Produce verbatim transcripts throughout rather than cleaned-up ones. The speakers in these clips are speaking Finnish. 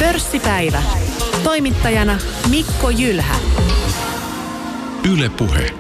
Pörssipäivä. Toimittajana Mikko Jylhä. Yle Puhe.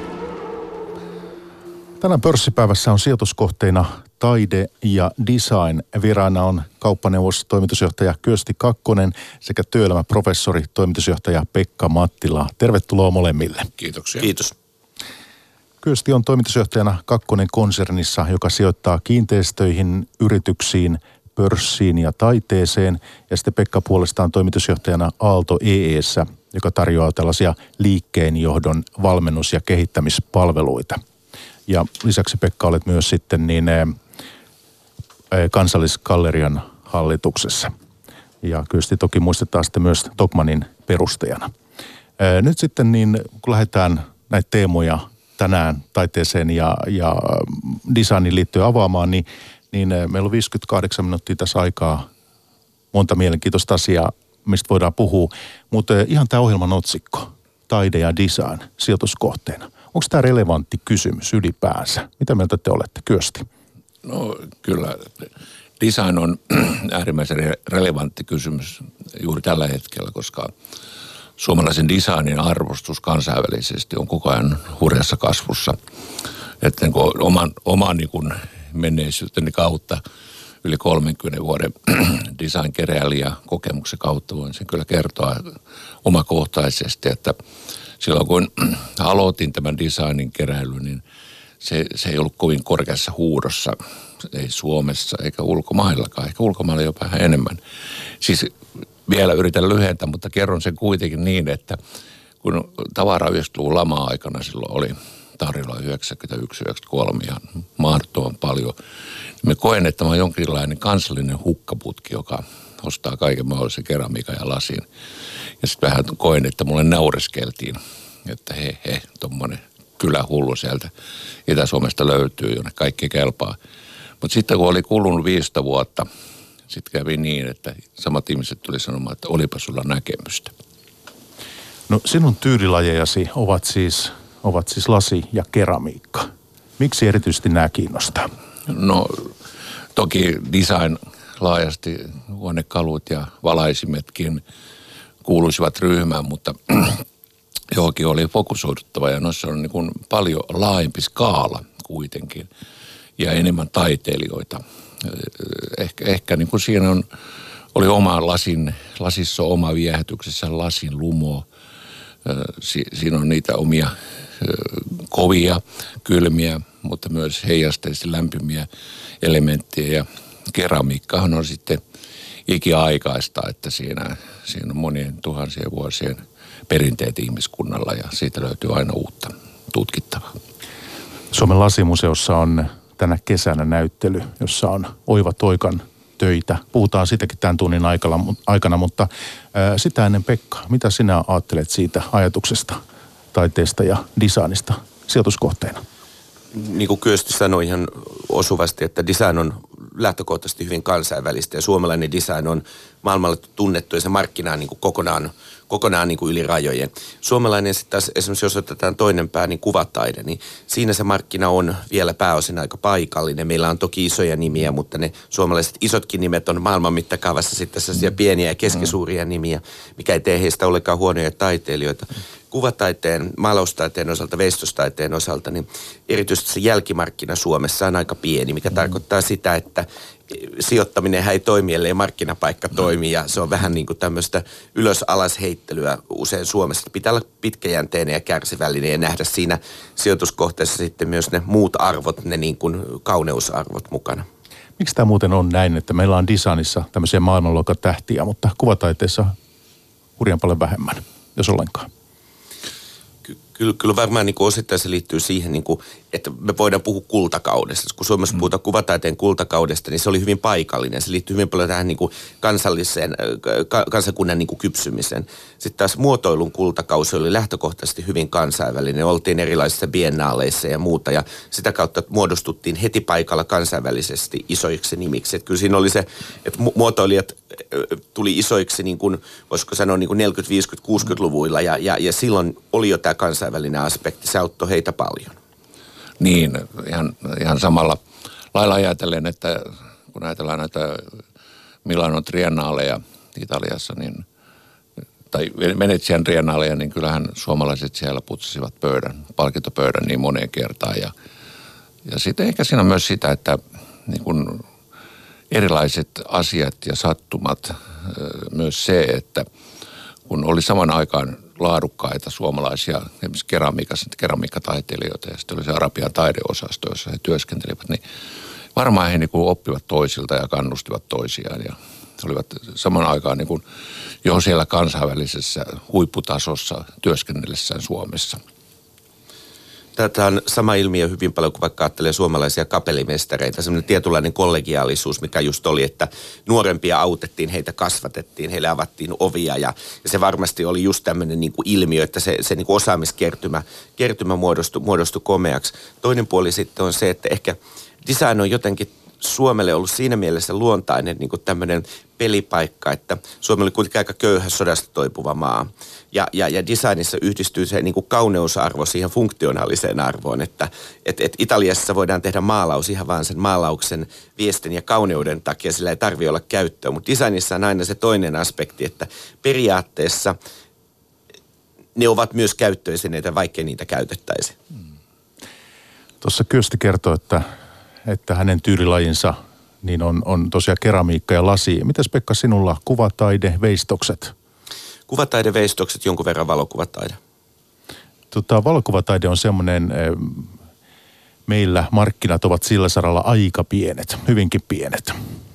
Tänään pörssipäivässä on sijoituskohteina taide ja design. Vieraana on kauppaneuvos toimitusjohtaja Kyösti Kakkonen sekä työelämäprofessori toimitusjohtaja Pekka Mattila. Tervetuloa molemmille. Kiitoksia. Kiitos. Kyösti on toimitusjohtajana Kakkonen konsernissa, joka sijoittaa kiinteistöihin, yrityksiin, pörssiin ja taiteeseen. Ja sitten Pekka puolestaan toimitusjohtajana Aalto E E:ssä, joka tarjoaa tällaisia liikkeenjohdon valmennus- ja kehittämispalveluita. Ja lisäksi Pekka olet myös sitten niin Kansallisgallerian hallituksessa. Ja Kyösti toki muistetaan sitten myös Tokmannin perustajana. Nyt sitten niin kun lähdetään näitä teemoja tänään taiteeseen ja, ja designiin liittyen avaamaan, niin, niin meillä on viisikymmentäkahdeksan minuuttia tässä aikaa. Monta mielenkiintoista asiaa, mistä voidaan puhua. Mutta ihan tämä ohjelman otsikko, taide ja design sijoituskohteena. Onko tämä relevantti kysymys ylipäänsä? Mitä mieltä te olette, Kyösti? No kyllä, design on äärimmäisen relevantti kysymys juuri tällä hetkellä, koska suomalaisen designin arvostus kansainvälisesti on koko ajan hurjassa kasvussa. Että niin kuin oman, oman niin kuin menneisyyteni kautta yli kolmenkymmenen vuoden design-keräilijä kokemuksen kautta voin sen kyllä kertoa omakohtaisesti, että silloin kun aloitin tämän designin keräilyn, niin se, se ei ollut kovin korkeassa huudossa, ei Suomessa eikä ulkomaillakaan, ehkä ulkomailla jopa vähän enemmän. Siis vielä yritän lyhentää, mutta kerron sen kuitenkin niin, että kun tavara yhdeksänkymmentäluvun lama-aikana silloin oli tarjolla yhdeksänkymmentäyksi yhdeksänkymmentäkolme ihan mahdottoman paljon, niin me koen, että mä oon jonkinlainen kansallinen hukkaputki, joka ostaa kaiken mahdollisen keramiikan ja lasin. Ja sitten vähän koin, että mulle naureskeltiin, että he, he, tommonen kylähullu sieltä Itä-Suomesta löytyy, jonne kaikki kelpaa. Mutta sitten kun oli kulunut viisitoista vuotta, sitten kävi niin, että samat ihmiset tuli sanomaan, että olipa sulla näkemystä. No sinun tyylilajejasi ovat siis, ovat siis lasi ja keramiikka. Miksi erityisesti nämä kiinnostaa? No toki design laajasti, huonekalut ja valaisimetkin kuuluisivat ryhmään, mutta johonkin oli fokusoiduttava ja noissa on niin kuin paljon laajempi skaala kuitenkin ja enemmän taiteilijoita. Ehkä, ehkä niin kuin siinä on, oli oma lasin, lasissa on oma viehätyksessä lasin lumo. Si, siinä on niitä omia kovia, kylmiä, mutta myös heijasteisesti lämpimiä elementtejä ja keramiikkahan on sitten ikiaikaista, että siinä, siinä on monien tuhansien vuosien perinteet ihmiskunnalla ja siitä löytyy aina uutta tutkittavaa. Suomen lasimuseossa on tänä kesänä näyttely, jossa on Oiva Toikan töitä. Puhutaan sitäkin tämän tunnin aikana, mutta ää, sitä ennen Pekka, mitä sinä ajattelet siitä ajatuksesta, taiteesta ja designista sijoituskohteena? Niin kuin Kyösti sanoi ihan osuvasti, että design on lähtökohtaisesti hyvin kansainvälistä ja suomalainen design on maailmalla tunnettu ja se markkina on niin kuin kokonaan, kokonaan niin kuin yli rajojen. Suomalainen sitten taas esimerkiksi jos otetaan toinen pää, niin kuvataide, niin siinä se markkina on vielä pääosin aika paikallinen. Meillä on toki isoja nimiä, mutta ne suomalaiset isotkin nimet on maailman mittakaavassa sitten sellaisia pieniä ja keskisuuria nimiä, mikä ei tee heistä ollenkaan huonoja taiteilijoita. Kuvataiteen, maalaustaiteen osalta, veistostaiteen osalta, niin erityisesti se jälkimarkkina Suomessa on aika pieni, mikä mm. tarkoittaa sitä, että sijoittaminen ei toimi, ellei markkinapaikka toimi, ja se on vähän niin kuin tämmöistä ylös-alas heittelyä usein Suomessa. Pitää olla pitkäjänteinen ja kärsivällinen ja nähdä siinä sijoituskohteessa sitten myös ne muut arvot, ne niin kuin kauneusarvot mukana. Miksi tämä muuten on näin, että meillä on designissa tämmöisiä maailmanluokan tähtiä, mutta kuvataiteessa hurjan paljon vähemmän, jos ollenkaan? Kyllä, kyllä varmaan niin kuin osittain se liittyy siihen, niin kuin, että me voidaan puhua kultakaudesta. Kun Suomessa mm. puhutaan kuvataiteen kultakaudesta, niin se oli hyvin paikallinen. Se liittyy hyvin paljon tähän niin kuin kansalliseen, kansakunnan niin kuin kypsymiseen. Sitten taas muotoilun kultakausi oli lähtökohtaisesti hyvin kansainvälinen. Oltiin erilaisissa biennaaleissa ja muuta, ja sitä kautta muodostuttiin heti paikalla kansainvälisesti isoiksi nimiksi. Että kyllä siinä oli se, että muotoilijat tuli isoiksi, niin kuin, voisiko sanoa, niin kuin neljäkymmentä-, viisikymmentä-, kuusikymmentäluvuilla, ja, ja, ja silloin oli jo tämä kansainvälinen aspekti. Se auttoi heitä paljon. Niin, ihan, ihan samalla lailla ajatellen, että kun ajatellaan näitä Milanon triennaaleja Italiassa, niin, tai Venetsian Triennaleja, niin kyllähän suomalaiset siellä putsasivat pöydän, palkintopöydän niin moneen kertaan. Ja, ja sitten ehkä siinä on myös sitä, että niin kuin erilaiset asiat ja sattumat, myös se, että kun oli saman aikaan laadukkaita suomalaisia esimerkiksi keramiikkataiteilijoita ja sitten oli se Arabian taideosasto, jossa he työskentelivät, niin varmaan he niin kuin oppivat toisilta ja kannustivat toisiaan ja olivat saman aikaan niin kuin jo siellä kansainvälisessä huipputasossa työskennellessään Suomessa. Tämä on sama ilmiö hyvin paljon, kun vaikka ajattelee suomalaisia kapellimestareita. Sellainen tietynlainen kollegiaalisuus, mikä just oli, että nuorempia autettiin, heitä kasvatettiin, heille avattiin ovia. Ja, ja se varmasti oli just tämmöinen niin kuin ilmiö, että se, se niin kuin osaamiskertymä kertymä muodostui, muodostui komeaksi. Toinen puoli sitten on se, että ehkä design on jotenkin Suomelle ollut siinä mielessä luontainen niin kuin tämmöinen pelipaikka, että Suomi oli kuitenkin aika köyhä sodasta toipuva maa. Ja, ja, ja designissa yhdistyy se niin kuin kauneusarvo siihen funktionaaliseen arvoon, että et, et Italiassa voidaan tehdä maalaus ihan vaan sen maalauksen viestin ja kauneuden takia, sillä ei tarvitse olla käyttöä. Mutta designissa on aina se toinen aspekti, että periaatteessa ne ovat myös käyttöisineitä, vaikkei niitä käytettäisi. Tuossa Kyösti kertoi, että, että hänen tyylilajinsa niin on, on tosiaan keramiikka ja lasi. Mitäs Pekka sinulla kuvataide, veistokset? Kuvataide, veistokset, jonkun verran valokuvataide. Tota, valokuvataide on semmoinen, meillä markkinat ovat sillä saralla aika pienet, hyvinkin pienet.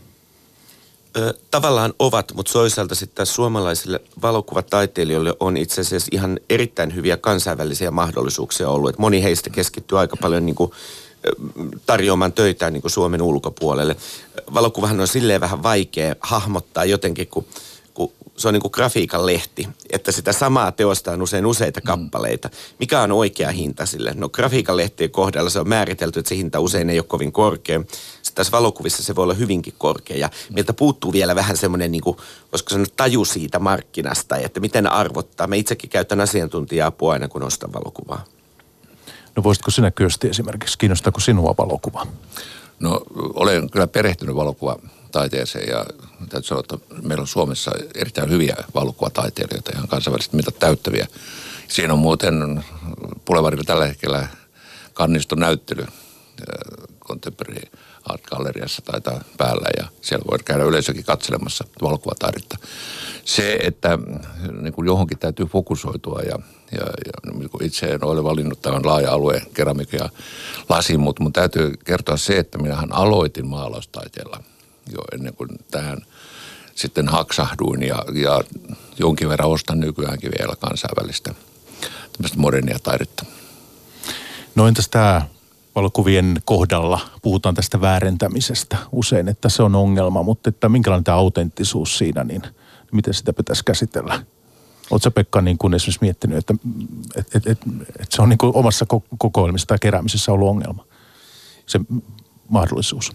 Ö, tavallaan ovat, mutta toisaalta sitten suomalaisille valokuvataiteilijoille on itse asiassa ihan erittäin hyviä kansainvälisiä mahdollisuuksia ollut. Et moni heistä keskittyy aika paljon niin kuin tarjoamaan töitään niin kuin Suomen ulkopuolelle. Valokuvahan on silleen vähän vaikea hahmottaa jotenkin, kun, kun se on niin kuin grafiikan lehti, että sitä samaa teosta on usein useita kappaleita. Mikä on oikea hinta sille? No grafiikan lehtien kohdalla se on määritelty, että se hinta usein ei ole kovin korkea. Sitten tässä valokuvissa se voi olla hyvinkin korkea ja meiltä puuttuu vielä vähän semmoinen, niin kuin, voisiko sanoa, taju siitä markkinasta, että miten arvottaa. Mä itsekin käytän asiantuntija-apua aina, kun ostan valokuvaa. No voisitko sinä Kyösti esimerkiksi, kiinnostaako sinua valokuva? No olen kyllä perehtynyt valokuvataiteeseen ja täytyy sanoa, että meillä on Suomessa erittäin hyviä valokuvataiteilijoita, ihan kansainvälisesti mitat täyttäviä. Siinä on muuten Boulevardilla tällä hetkellä Kanniston näyttely Contemporary Art Galleriassa taitaa päällä ja siellä voi käydä yleisökin katselemassa valokuvataidetta. Se, että niin kuin johonkin täytyy fokusoitua ja, ja, ja niin kuin itse en ole valinnut tämän laaja-alueen keramiikan ja lasin, mutta mun täytyy kertoa se, että minähän aloitin maalaustaiteella jo ennen kuin tähän sitten haksahduin ja, ja jonkin verran ostan nykyäänkin vielä kansainvälistä tämmöistä modernia taidetta. No entäs tämä valokuvien kohdalla? Puhutaan tästä väärentämisestä usein, että se on ongelma, mutta että minkälainen tämä autenttisuus siinä, niin miten sitä pitäisi käsitellä? Oletko Pekka niin kuin esimerkiksi miettinyt, että, että, että, että, että se on niin kuin omassa kokoelmissa tai keräämisessä ollut ongelma, se mahdollisuus?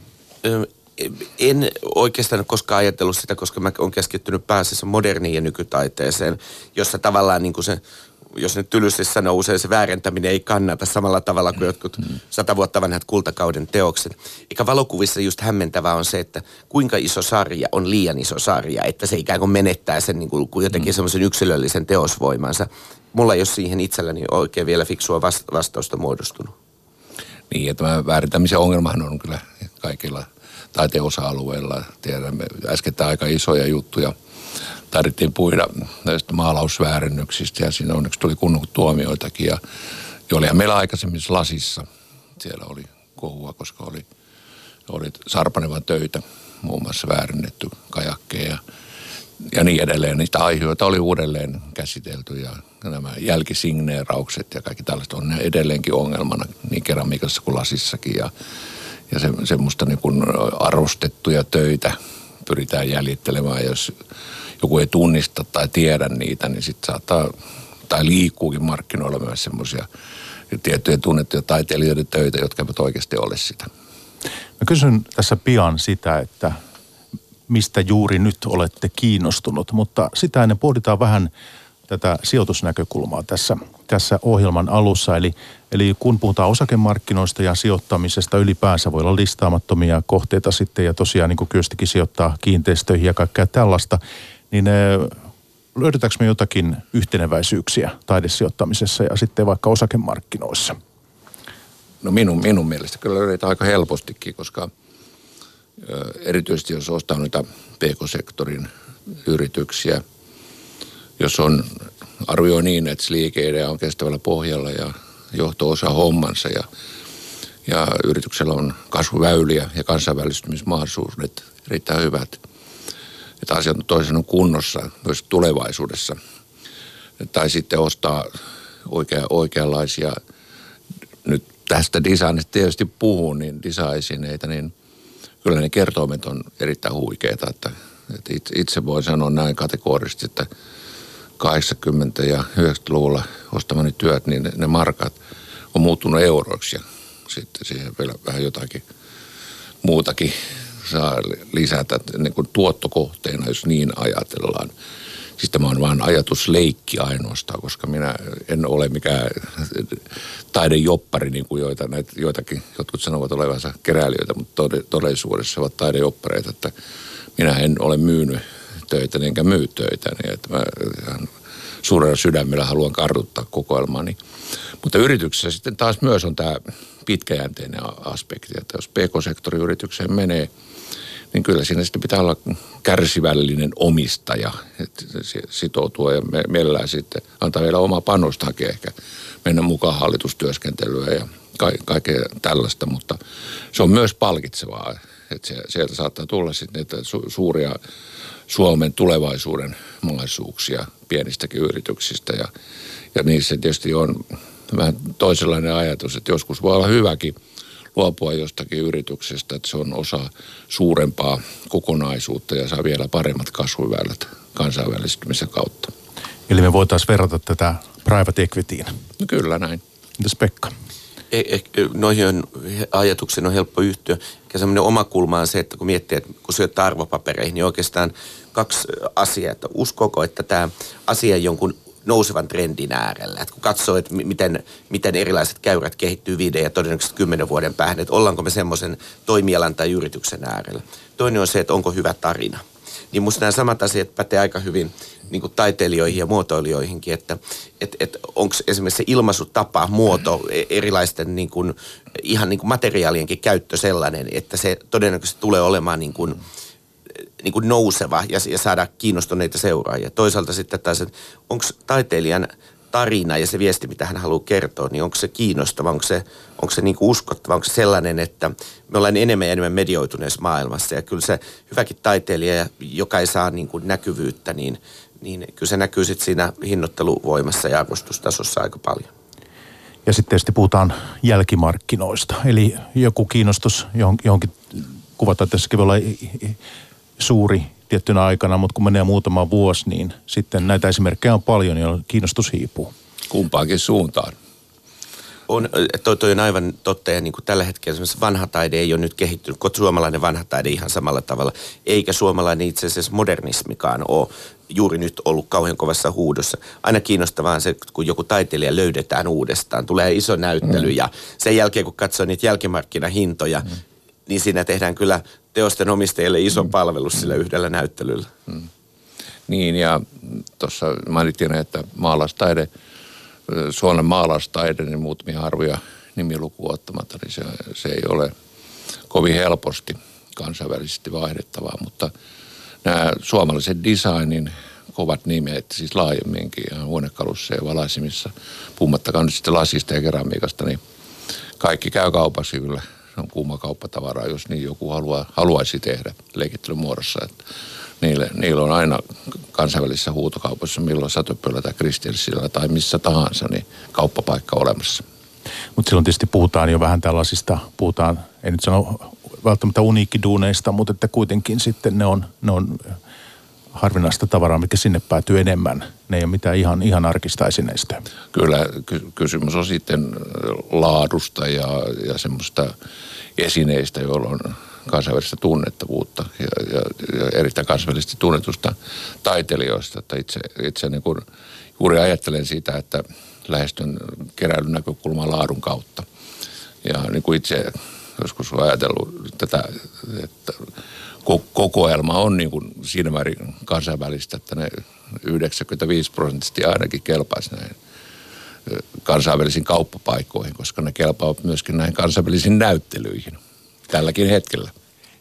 En oikeastaan koskaan ajatellut sitä, koska mä oon keskittynyt pääasiassa moderniin ja nykytaiteeseen, jossa tavallaan niin kuin se, jos nyt tylysti sanoo, usein se väärentäminen ei kannata samalla tavalla kuin jotkut mm. sata vuotta vanhat kultakauden teokset. Eikä valokuvissa just hämmentävää on se, että kuinka iso sarja on liian iso sarja, että se ikään kuin menettää sen niin kuin jotenkin mm. semmoisen yksilöllisen teosvoimansa. Mulla ei ole siihen itselläni oikein vielä fiksua vastausta muodostunut. Niin, ja tämä väärentämisen ongelmahan on kyllä kaikilla taiteen osa-alueilla. Tiedämme äskettäin aika isoja juttuja. Tarvittiin puida näistä maalausväärennöksistä ja siinä onneksi tuli kunnon tuomioitakin. Ja olihan meillä aikaisemmin lasissa. Siellä oli kohua, koska oli, oli Sarpanevan töitä, muun muassa väärennetty kajakkeja ja, ja niin edelleen. Niitä aiheita oli uudelleen käsitelty ja nämä jälkisigneeraukset ja kaikki tällaiset on edelleenkin ongelmana niin keramiikassa kuin lasissakin. Ja, ja se, semmoista niin kuin arvostettuja töitä pyritään jäljittelemään, jos joku ei tunnista tai tiedä niitä, niin sitten saattaa, tai liikkuukin markkinoilla myös semmoisia tiettyjä tunnettuja taiteilijoiden töitä, jotka eivät oikeasti ole sitä. Mä kysyn tässä pian sitä, että mistä juuri nyt olette kiinnostunut, mutta sitä ennen pohditaan vähän tätä sijoitusnäkökulmaa tässä, tässä ohjelman alussa. Eli, eli kun puhutaan osakemarkkinoista ja sijoittamisesta ylipäänsä, voi olla listaamattomia kohteita sitten ja tosiaan niin kuin Kyöstikin sijoittaa kiinteistöihin ja kaikkea tällaista, niin löydetäänkö me jotakin yhteneväisyyksiä taidesijoittamisessa ja sitten vaikka osakemarkkinoissa? No minun, minun mielestä kyllä löydetään aika helpostikin, koska erityisesti jos ostaa noita P K-sektorin yrityksiä, jos on arvioi niin, että liikeidea on kestävällä pohjalla ja johto osaa hommansa ja, ja yrityksellä on kasvuväyliä ja kansainvälistymismahdollisuudet erittäin hyvät, että asiat on toisen on kunnossa myös tulevaisuudessa. Tai sitten ostaa oikea, oikeanlaisia, nyt tästä designista tietysti puhun, niin design-esineitä, niin kyllä ne kertoimet on erittäin huikeita, että, että itse voin sanoa näin kategorisesti, että kahdeksankymmentä- ja yhdeksänkymmentäluvulla ostamani työt, niin ne, ne markat on muuttunut euroiksi ja sitten siihen vielä vähän jotakin muutakin saa lisätä niin kuin tuottokohteena, jos niin ajatellaan. Siis tämä on vain ajatusleikki ainoastaan, koska minä en ole mikään taidejoppari, niin kuin joita, näitä, joitakin, jotkut sanovat olevansa keräilijöitä, mutta todellisuudessa ovat taidejoppareita, että minä en ole myynyt töitä, enkä myy töitä, niin että mä ihan suurella sydämellä haluan kartuttaa kokoelmani. Mutta yrityksessä sitten taas myös on tämä pitkäjänteinen aspekti, että jos P K-sektorin yritykseen menee, niin kyllä siinä sitten pitää olla kärsivällinen omistaja, että sitoutua ja mielellään sitten antaa vielä oma panostakin ehkä mennä mukaan hallitustyöskentelyä ja ka- kaikkea tällaista, mutta se on myös palkitsevaa, että sieltä saattaa tulla sitten niitä su- suuria Suomen tulevaisuuden mahdollisuuksia pienistäkin yrityksistä ja, ja niissä tietysti on vähän toisenlainen ajatus, että joskus voi olla hyväkin luopua jostakin yrityksestä, että se on osa suurempaa kokonaisuutta ja saa vielä paremmat kasvuväylät kansainvälistymisen kautta. Eli me voitaisiin verrata tätä private equityin. No kyllä näin. Entäs Pekka? Noihin ajatuksiin on helppo yhtyä. Ja semmoinen oma kulma on se, että kun miettii, että kun syöttää arvopapereihin, niin oikeastaan kaksi asiaa. Että uskooko, että tämä asia jonkun nousevan trendin äärellä. Että kun katsoo, että miten, miten erilaiset käyrät kehittyy viiden ja todennäköisesti kymmenen vuoden päähän, että ollaanko me semmoisen toimialan tai yrityksen äärellä. Toinen on se, että onko hyvä tarina. Niin musta nämä samat asiat pätee aika hyvin niin kuin taiteilijoihin ja muotoilijoihinkin, että et, et onko esimerkiksi se ilmaisutapa, muoto, erilaisten niin kuin, ihan niin kuin materiaalienkin käyttö sellainen, että se todennäköisesti tulee olemaan niin kuin, niin kuin nouseva ja, ja saada kiinnostuneita seuraajia. Toisaalta sitten taas, että onko taiteilijan tarina ja se viesti, mitä hän haluaa kertoa, niin onko se kiinnostava, onko se, onko se niin kuin uskottava, onko se sellainen, että me ollaan enemmän ja enemmän medioituneessa maailmassa ja kyllä se hyväkin taiteilija, joka ei saa niin kuin näkyvyyttä, niin, niin kyllä se näkyy sitten siinä hinnoitteluvoimassa ja arvostustasossa aika paljon. Ja sitten tietysti puhutaan jälkimarkkinoista, eli joku kiinnostus johonkin kuvataiteessakin voi olla suuri tiettynä aikana, mutta kun menee muutama vuosi, niin sitten näitä esimerkkejä on paljon, jolloin kiinnostus hiipuu. Kumpaankin suuntaan. On, toi, toi on aivan totta, ja niin kuin tällä hetkellä esimerkiksi vanha taide ei ole nyt kehittynyt, suomalainen vanha taide ihan samalla tavalla, eikä suomalainen itse asiassa modernismikaan ole juuri nyt ollut kauhean kovassa huudossa. Aina kiinnostavaa on se, kun joku taiteilija löydetään uudestaan, tulee iso näyttely, mm. ja sen jälkeen kun katsoo niitä jälkimarkkinahintoja, mm. niin siinä tehdään kyllä teosten omistajille iso mm. palvelus sillä yhdellä näyttelyllä. Mm. Niin, ja tuossa mainittiin, että maalaustaide, Suomen maalaustaide, niin muutamia arvoja nimilukuun ottamatta, niin se, se ei ole kovin helposti kansainvälisesti vaihdettavaa, mutta nämä suomalaisen designin kovat nimet, siis laajemminkin ja huonekalussa ja valaisimissa, puhumattakaan nyt sitten lasista ja keramiikasta, niin kaikki käy kaupassa kyllä. Se on kuuma kauppatavaraa, jos niin joku haluaa, haluaisi tehdä leikittelyn muodossa. Että niille, niillä on aina kansainvälisessä huutokaupassa, milloin Satöpöllä tai Kristillsillä tai missä tahansa, niin kauppapaikka olemassa. Mutta silloin tietysti puhutaan jo vähän tällaisista, puhutaan, ei nyt sano välttämättä uniikkiduuneista, mutta että kuitenkin sitten ne on, ne on harvinaista tavaraa, mikä sinne päätyy enemmän. Ne ei ole mitään ihan, ihan arkista esineistöä. Kyllä ky- kysymys on sitten laadusta ja, ja semmoista esineistä, joilla on kansainvälistä tunnettavuutta ja, ja, ja erittäin kansainvälisesti tunnetusta taiteilijoista. Että itse, itse niin kuin juuri ajattelen sitä, että lähestyn keräilyn näkökulmaa laadun kautta. Ja niin kuin itse joskus olen ajatellut tätä, että kokoelma on niin kuin siinä määrin kansainvälistä, että ne yhdeksänkymmentäviisi prosenttisesti ainakin kelpaisi näihin kansainvälisiin kauppapaikkoihin, koska ne kelpaavat myöskin näihin kansainvälisiin näyttelyihin tälläkin hetkellä.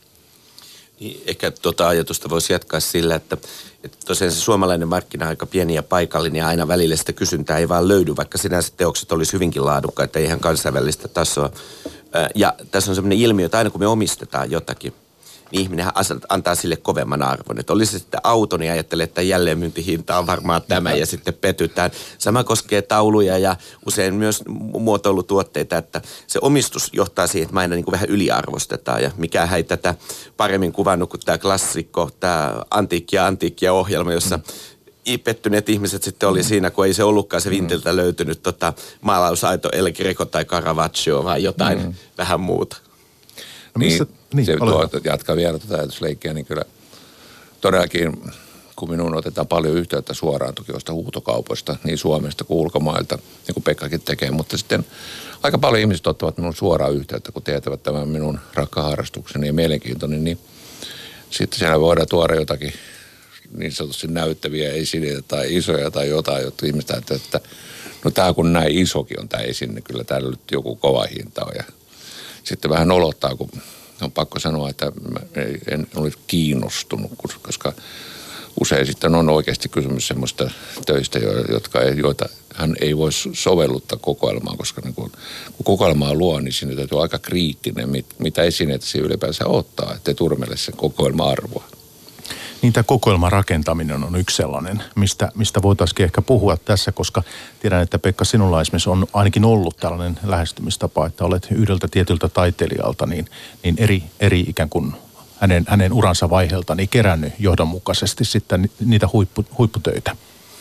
Niin, ehkä tuota ajatusta voisi jatkaa sillä, että, että tosiaan se suomalainen markkina on aika pieni ja paikallinen ja aina välillä sitä kysyntää ei vaan löydy, vaikka sinänsä teokset olisi hyvinkin laadukkaita ja ihan kansainvälistä tasoa. Ja tässä on sellainen ilmiö, että aina kun me omistetaan jotakin, niin ihminen antaa sille kovemman arvon. Että olisi sitten auto, niin ajattelee, että jälleenmyyntihinta on varmaan tämä ja sitten petytään. Sama koskee tauluja ja usein myös muotoilutuotteita, että se omistus johtaa siihen, että me aina niin kuin vähän yliarvostetaan. Ja mikä ei tätä paremmin kuvannut kuin tämä klassikko, tämä Antiikkia Antiikkia ohjelma, jossa pettyneet ihmiset sitten oli siinä, kun ei se ollutkaan se Vintiltä löytynyt tota, maalausaito El Greco tai Caravaggio, vaan jotain mm. vähän muuta. No missä, niin, niin, se tuo, jatkaa vielä tuota ajatusleikkiä, niin kyllä todellakin, kun minuun otetaan paljon yhteyttä suoraan tukioista huutokaupoista, niin Suomesta kuin ulkomailta, niin kuin Pekkakin tekee, mutta sitten aika paljon ihmiset ottavat minun suoraan yhteyttä, kun tietävät tämän minun rakkaharrastukseni ja mielenkiintoni, niin sitten siellä voidaan tuoda jotakin niin sanotusti näyttäviä esineitä tai isoja tai jotain, jotta ihmiset ajattelee, että no tämä kun näin isokin on tämä esine, niin kyllä täällä nyt joku kova hinta on ja sitten vähän olottaa, kun on pakko sanoa, että en ole kiinnostunut, koska usein sitten on oikeasti kysymys semmoista töistä, jotka ei, joita hän ei voi sovelluttaa kokoelmaan, koska niin kun, kun kokoelmaa luo, niin siinä täytyy aika kriittinen, mit, mitä esineitä se ylipäänsä ottaa, ettei turmele sen kokoelma-arvoa. Niin tämä kokoelman rakentaminen on yksi sellainen, mistä, mistä voitaisiin ehkä puhua tässä, koska tiedän, että Pekka, sinulla esimerkiksi on ainakin ollut tällainen lähestymistapa, että olet yhdeltä tietyltä taiteilijalta niin, niin eri, eri ikään kuin hänen, hänen uransa vaiheelta niin kerännyt johdonmukaisesti sitten niitä huippu, huipputöitä.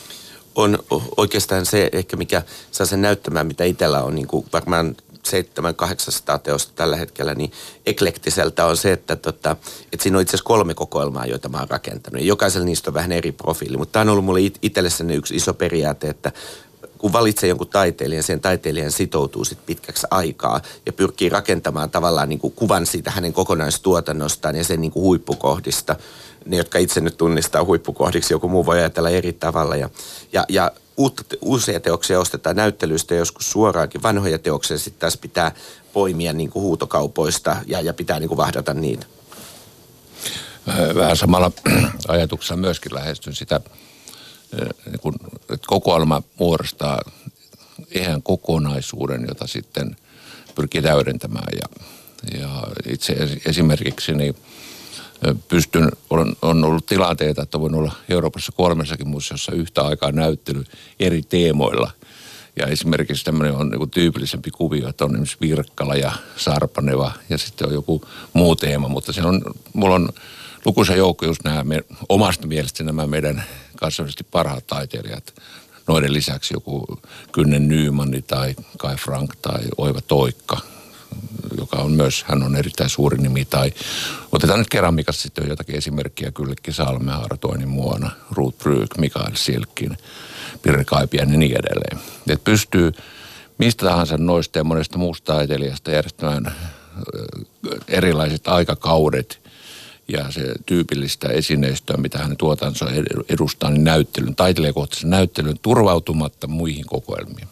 On oikeastaan se ehkä, mikä saa sen näyttämään, mitä itsellä on niin kuin varmaan seitsemän kahdeksansataa teosta tällä hetkellä, niin eklektiseltä on se, että, tota, että siinä on itse asiassa kolme kokoelmaa, joita mä oon rakentanut. Ja jokaisella niistä on vähän eri profiili, mutta tämä on ollut mulle itselle sellainen yksi iso periaate, että kun valitsee jonkun taiteilijan, sen taiteilijan sitoutuu sit pitkäksi aikaa ja pyrkii rakentamaan tavallaan niin kuin kuvan siitä hänen kokonaistuotannostaan ja sen niin kuin huippukohdista. Ne, jotka itse nyt tunnistaa huippukohdiksi, joku muu voi ajatella eri tavalla. Ja, ja, ja uutta, uusia teoksia ostetaan näyttelyistä ja joskus suoraankin. Vanhoja teoksia sitten taas pitää poimia niin kuin huutokaupoista ja, ja pitää niin kuin vahdata niitä. Vähän samalla ajatuksella myöskin lähestyn sitä, että kokoelma muodostaa ehän kokonaisuuden, jota sitten pyrkii täydentämään. Ja, ja itse esimerkiksi niin pystyn, on, on ollut tilanteita, että voin olla Euroopassa kolmessakin museossa yhtä aikaa näyttely eri teemoilla. Ja esimerkiksi tämmöinen on niin kuin tyypillisempi kuvio, että on esimerkiksi Virkkala ja Sarpaneva ja sitten on joku muu teema. Mutta se on, mulla on lukuisa joukko just nämä me, omasta mielestä nämä meidän kansainvälisesti parhaat taiteilijat. Noiden lisäksi joku Kynnen Nyman tai Kai Frank tai Oiva Toikka, joka on myös, hän on erittäin suuri nimi. Tai otetaan nyt keramiikasta sitten jotakin esimerkkiä, Kyllikki Salmehaara, Toini Muona, Ruth Brück, Mikael Silkkin, Pirri Kaipiainen ja niin edelleen. Että pystyy mistä tahansa noista ja monesta muusta taiteilijasta järjestämään erilaiset aikakaudet ja se tyypillistä esineistöä, mitä hänen tuotansa edustaa, niin näyttelyn, taiteilijakohtaisen näyttelyn turvautumatta muihin kokoelmiin.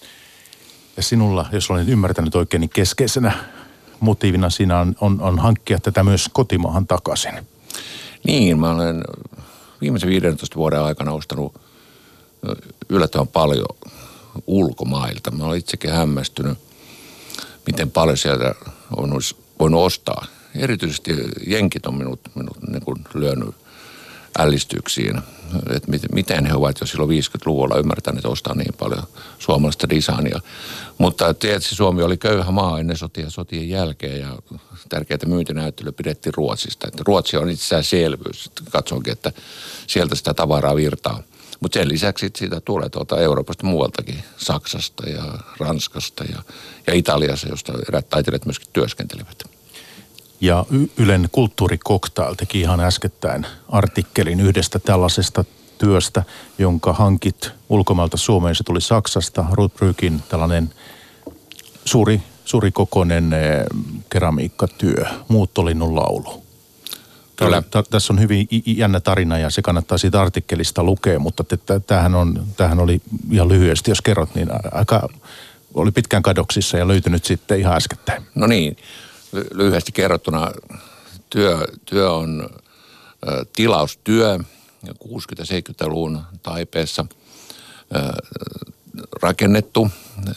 Ja sinulla, jos olen ymmärtänyt oikein, niin keskeisenä motiivina siinä on, on, on hankkia tätä myös kotimaahan takaisin. Niin, mä olen viimeisen viidentoista vuoden aikana ostanut yllättävän paljon ulkomailta. Mä olen itsekin hämmästynyt, miten paljon sieltä on voinut ostaa. Erityisesti jenkit on minut, minut niin kuin lyönyt ällistyksiin, että miten he ovat jo silloin viisikymmentäluvulla ymmärtäneet ostaa niin paljon suomalaista designia. Mutta tietysti Suomi oli köyhä maa ennen sotia ja sotien jälkeen ja tärkeitä myyntinäyttelyä pidettiin Ruotsista. Että Ruotsi on itsessään selvyys. Katsonkin, että sieltä sitä tavaraa virtaa. Mutta sen lisäksi siitä tulee tuolta Euroopasta muualtakin, Saksasta ja Ranskasta ja, ja Italiassa, josta eräät taiteilijat myöskin työskentelivät. Ja Ylen Kulttuurikoktail teki ihan äskettäin artikkelin yhdestä tällaisesta työstä, jonka hankit ulkomailta Suomeen. Se tuli Saksasta, Ruth Brückin tällainen suuri, suurikokoinen keramiikkatyö, Muuttolinnun laulu. Kyllä. T- tässä on hyvin jännä tarina ja se kannattaa siitä artikkelista lukea, mutta tämähän, on, tämähän oli ihan lyhyesti, jos kerrot, niin aika oli pitkään kadoksissa ja löytynyt sitten ihan äskettäin. No niin, ly- lyhyesti kerrottuna työ, työ on ä, tilaustyö kuusikymmentä-seitsemänkymmentäluvun Taipeessa ä, rakennettu ä,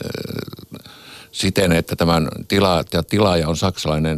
siten, että tämän tila, ja tilaaja on saksalainen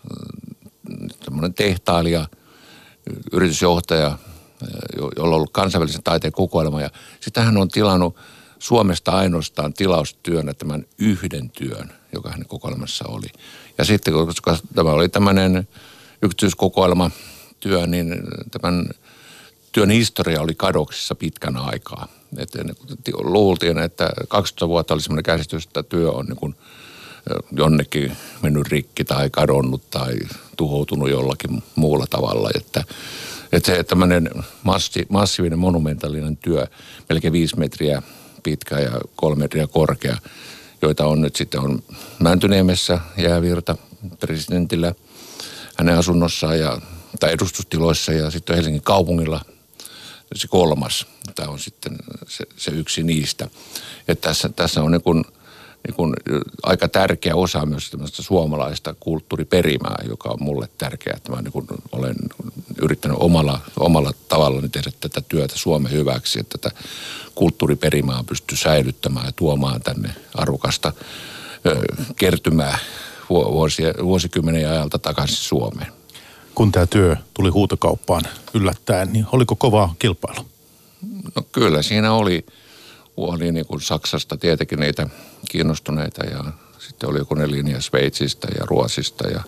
semmoinen tehtailija, yritysjohtaja, jolla on ollut kansainvälisen taiteen kokoelma. Ja sitten hän on tilannut Suomesta ainoastaan tilaustyönä tämän yhden työn, joka hänen kokoelmassa oli. Ja sitten, koska tämä oli tämmöinen yksityiskokoelma työ, niin tämän työn historia oli kadoksissa pitkän aikaa. Että luultiin, että kaksikymmentä vuotta oli semmoinen käsitys, että työ on niin kuin jonnekin mennyt rikki tai kadonnut tai tuhoutunut jollakin muulla tavalla. Että, että se tämmöinen massi, massiivinen monumentaalinen työ, melkein viisi metriä pitkä ja kolme metriä korkea, joita on nyt sitten on Mäntyniemessä jäävirta presidentillä hänen asunnossaan ja, tai edustustiloissa ja sitten Helsingin kaupungilla se kolmas. Tämä on sitten se, se yksi niistä. Että tässä, tässä on niin kuin niin kuin aika tärkeä osa myös tämmöistä suomalaista kulttuuriperimää, joka on mulle tärkeää, että mä niin kuin olen yrittänyt omalla, omalla tavallani tehdä tätä työtä Suomen hyväksi, että tätä kulttuuriperimää pystyy säilyttämään ja tuomaan tänne arvokasta ö, kertymää vuosia, vuosikymmenen ajalta takaisin Suomeen. Kun tämä työ tuli huutokauppaan yllättäen, niin oliko kova kilpailu? No kyllä, siinä oli. Oli niin kuin Saksasta tietenkin niitä kiinnostuneita ja sitten oli joku ne linja Sveitsistä ja Ruotsista ja,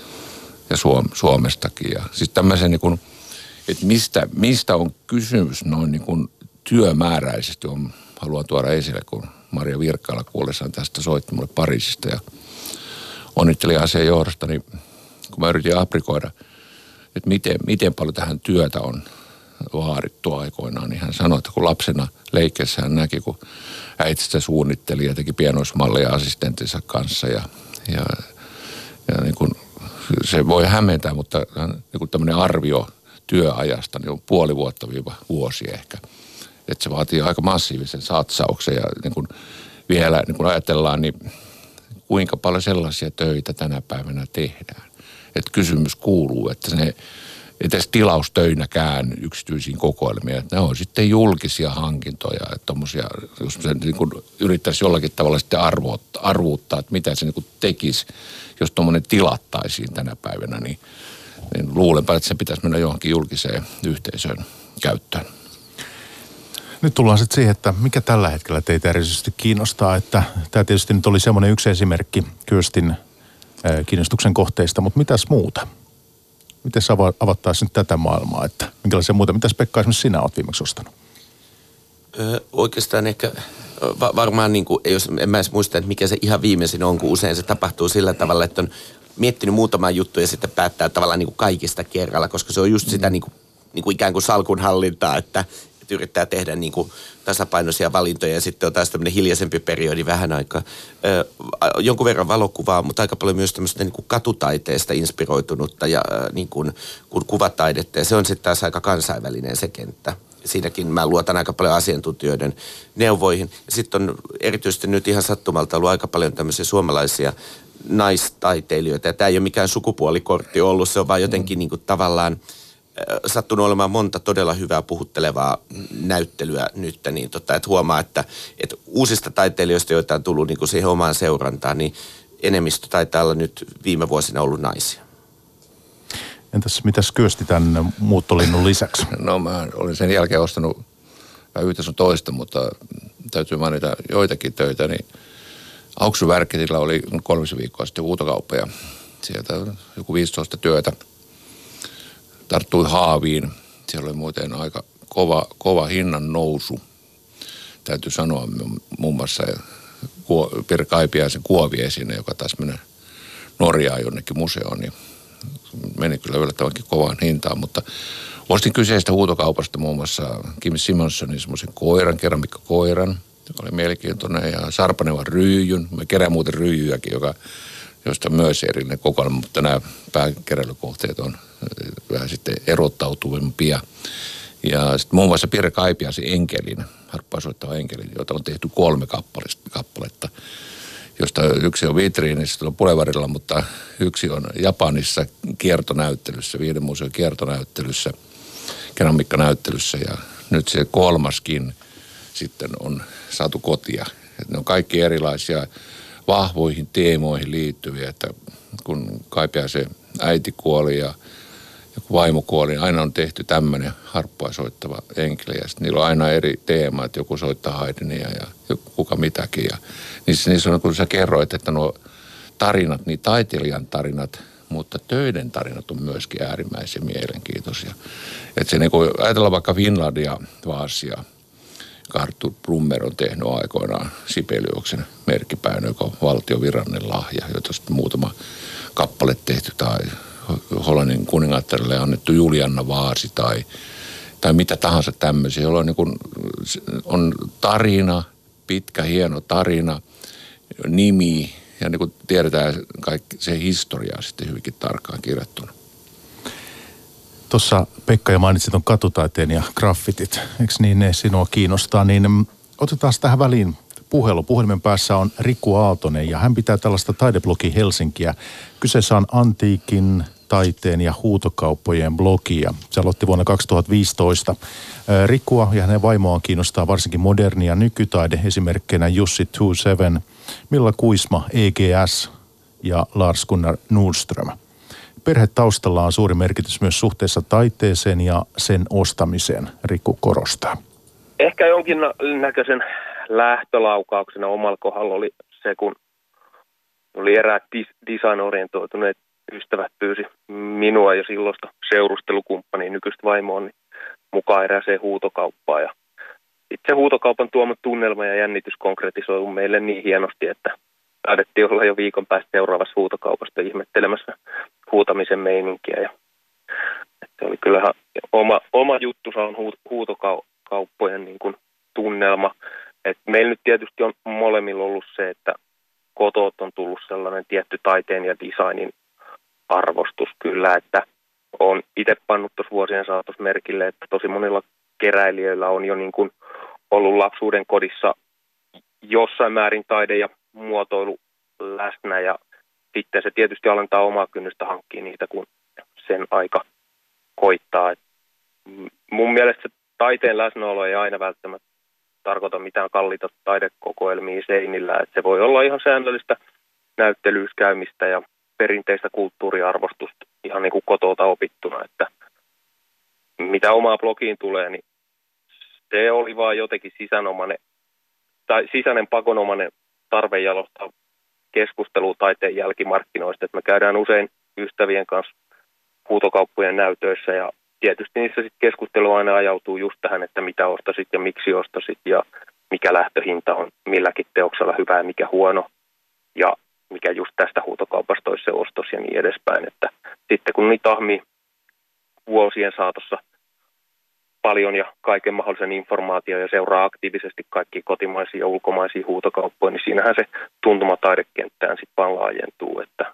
ja Suom, Suomestakin. Ja siis tämmöisen niin kuin, että mistä, mistä on kysymys noin niin kuin työmääräisesti on, haluan tuoda esille, kun Maria Virkkaala kuullessaan tästä soitti mulle Pariisista ja onnitteli asian johdosta, niin kun mä yritin aprikoida, että miten, miten paljon tähän työtä on vaadittu aikoinaan, niin hän sanoi, että kun lapsena leikkeessä hän näki, kun äiti sitä suunnitteli ja teki pienoismalleja assistenttinsa kanssa ja, ja, ja niin kuin, se voi hämmentää, mutta niin kuin tämmöinen arvio työajasta niin on puoli vuotta viiva vuosi ehkä. Että se vaatii aika massiivisen satsauksen ja niin kuin vielä niin kuin ajatellaan, niin kuinka paljon sellaisia töitä tänä päivänä tehdään. Että kysymys kuuluu, että ne edes tilaustöinäkään yksityisiin kokoelmia. Ne on sitten julkisia hankintoja, että tommosia, jos se niin kuin yrittäisi jollakin tavalla sitten arvuuttaa, arvuuttaa, että mitä se niin kuin tekisi, jos tuommoinen tilattaisiin tänä päivänä, niin, niin luulenpa, että se pitäisi mennä johonkin julkiseen yhteisöön käyttöön. Nyt tullaan sitten siihen, että mikä tällä hetkellä teitä erityisesti kiinnostaa, että tämä tietysti nyt oli semmoinen yksi esimerkki Kyöstin kiinnostuksen kohteista, mutta mitäs muuta? Miten sä avattaisiin nyt tätä maailmaa, että minkälaisia muuta? Mitäs Pekka esimerkiksi sinä olet viimeksi ostanut? Öö, oikeastaan ehkä va- varmaan, niin kuin, jos en mä edes muista, että mikä se ihan viimeisin on, kun usein se tapahtuu sillä tavalla, että on miettinyt muutamaa juttua ja sitten päättää tavallaan niin kuin kaikista kerralla, koska se on just sitä niin kuin, niin kuin ikään kuin salkunhallintaa, että, että yrittää tehdä niin kuin tasapainoisia valintoja ja sitten on taas tämmöinen hiljaisempi periodi vähän aikaa. Öö, jonkun verran valokuvaa, mutta aika paljon myös tämmöistä niin kuin katutaiteesta inspiroitunutta ja äh, niin kuin, kuin kuvataidetta ja se on sitten taas aika kansainvälinen se kenttä. Siinäkin mä luotan aika paljon asiantuntijoiden neuvoihin. Sitten on erityisesti nyt ihan sattumalta ollut aika paljon tämmöisiä suomalaisia naistaiteilijoita. Ja tämä ei ole mikään sukupuolikortti ollut, se on vaan jotenkin niin kuin tavallaan sattunut olemaan monta todella hyvää puhuttelevaa näyttelyä nyt, niin tota, että huomaa, että, että uusista taiteilijoista, joita on tullut niin kuin siihen omaan seurantaan, niin enemmistö taitaa olla nyt viime vuosina ollut naisia. Entäs mitäs Kyösti tämän muuttolinnun lisäksi? No mä olin sen jälkeen ostanut yhtä sun toista, mutta täytyy mainita joitakin töitä, niin Auksu Värketillä oli kolmisen viikkoa sitten huutokauppa ja sieltä joku viisitoista työtä. Tarttui haaviin. Siellä oli muuten aika kova, kova hinnan nousu. Täytyy sanoa muun muassa Pirkka Kaipiaisen kuoviesine, joka taas menee Norjaan jonnekin museoon, niin meni kyllä yllättävänkin kovaan hintaan, mutta ostin kyseistä huutokaupasta muun muassa Kim Simonsonin semmoisen koiran, keramikkakoiran, joka oli mielenkiintoinen, ja sarpanevan ryijyn. Me kerään muuten ryijyjäkin, joka josta myös erillinen kokoelma, mutta nämä pääkeräilykohteet on vähän sitten erottautuvimpia. Ja sitten muun muassa Pirre Kaipiaisen Enkelin, harppausoittava Enkelin, jota on tehty kolme kappaletta, josta yksi on vitriinissä tuolla Boulevardilla, mutta yksi on Japanissa kiertonäyttelyssä, viiden museon kiertonäyttelyssä, keramiikkanäyttelyssä ja nyt se kolmaskin sitten on saatu kotia. Et ne on kaikki erilaisia vahvoihin teemoihin liittyviä, että kun Kaipiaisen äiti kuoli ja joku vaimo kuoli, niin aina on tehty tämmöinen harppua soittava enkeli. Ja niillä on aina eri teema, että joku soittaa Haydendia ja joku kuka mitäkin. Ja niissä, niissä on, kun sä kerroit, että nuo tarinat, niin taiteilijan tarinat, mutta töiden tarinat on myöskin äärimmäisen mielenkiintoisia. Että se niin kuin ajatellaan vaikka Finlandia Vaasia, Arthur Brummer on tehnyt aikoinaan Sibeliuksen merkkipäivänä, joka on valtiovirallinen lahja, jota sitten muutama kappale tehty tai Hollannin kuningaattarille annettu Julianna Vaasi tai, tai mitä tahansa tämmöisiä, jolloin niin kuin on tarina, pitkä hieno tarina, nimi ja niin kuin tiedetään kaikki se historia sitten hyvinkin tarkkaan kirjattuna. Tuossa Pekka ja mainitsit on katutaiteen ja graffitit, eikö niin ne sinua kiinnostaa, niin otetaan tähän väliin puhelu. Puhelimen päässä on Riku Aaltonen ja hän pitää tällaista taideblogi Helsinkiä. Kyseessä on antiikin, taiteen ja huutokauppojen blogia. Se aloitti vuonna kaksituhattaviisitoista. Rikua ja hänen vaimoaan kiinnostaa varsinkin modernia nykytaide, esimerkkinä Jussi kaksikymmentäseitsemän, Milla Kuisma, E G S ja Lars Gunnar Nordström. Perhetaustalla on suuri merkitys myös suhteessa taiteeseen ja sen ostamiseen, Riku korostaa. Ehkä jonkin näköisen lähtölaukauksena omalla kohdalla oli se, kun oli eräät design-orientoituneet ystävät pyysi minua ja silloista seurustelukumppania, nykyistä vaimoa, niin mukaan erääseen huutokauppaan. Ja itse huutokaupan tuoma tunnelma ja jännitys konkretisoivu meille niin hienosti, että taidettiin olla jo viikon päästä seuraavassa huutokaupasta ihmettelemässä huutamisen meininkiä. Ja se oli kyllähän oma, oma juttusa on huutokauppojen niin kuin tunnelma. Et meillä nyt tietysti on molemmilla ollut se, että kotoot on tullut sellainen tietty taiteen ja designin arvostus kyllä, että olen itse pannut tuossa vuosien saatossa merkille, että tosi monilla keräilijöillä on jo niin kuin ollut lapsuuden kodissa jossain määrin taide ja muotoilu läsnä ja sitten se tietysti alentaa omaa kynnystä hankkia niitä, kun sen aika koittaa. Et mun mielestä se taiteen läsnäolo ei aina välttämättä tarkoita mitään kalliita taidekokoelmia seinillä. Et se voi olla ihan säännöllistä näyttelyyskäymistä ja perinteistä kulttuuriarvostusta ihan niin kuin kotolta opittuna. Että mitä omaa blogiin tulee, niin se oli vaan jotenkin sisänomainen, tai sisäinen pakonomainen tarve jalostaa keskustelua taiteen jälkimarkkinoista. Että me käydään usein ystävien kanssa huutokauppojen näytöissä ja tietysti niissä sitten keskustelu aina ajautuu just tähän, että mitä ostasit ja miksi ostasit ja mikä lähtöhinta on milläkin teoksella hyvä ja mikä huono ja mikä just tästä huutokaupasta olisi se ostos ja niin edespäin. Että sitten kun niitä ahmii vuosien saatossa paljon ja kaiken mahdollisen informaation ja seuraa aktiivisesti kaikki kotimaisia ja ulkomaisia huutokauppoja, niin siinähän se tuntuma taidekenttään sitten vaan laajentuu. Että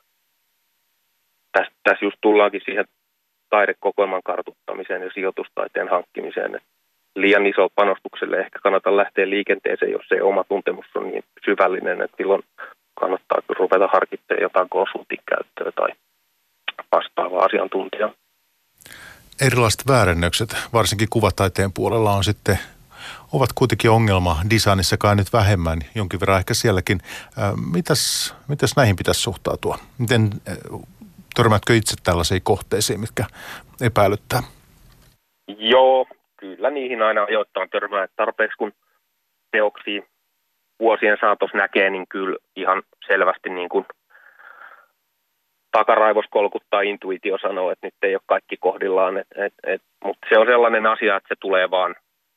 tässä, tässä just tullaankin siihen taidekokoelman kartuttamiseen ja sijoitustaiteen hankkimiseen. Et liian iso panostukselle ehkä kannata lähteä liikenteeseen, jos se oma tuntemus on niin syvällinen, että silloin kannattaa ruveta harkitsemaan jotain konsultin käyttöä tai vastaavaa asiantuntijaa. Erilaiset väärennökset, varsinkin kuvataiteen puolella on sitten, ovat kuitenkin ongelma designissa kai nyt vähemmän, jonkin verran ehkä sielläkin. Mitäs, mitäs näihin pitäisi suhtautua? Miten törmäätkö itse tällaisiin kohteisiin, mitkä epäilyttää? Joo, kyllä niihin aina ajoittain törmää. Tarpeeksi kun teoksia vuosien saatossa näkee, niin kyllä ihan selvästi niin kuin takaraivos kolkuttaa intuitio sanoo, että nyt ei ole kaikki kohdillaan. Et, et, et, mutta se on sellainen asia, että se tulee vaan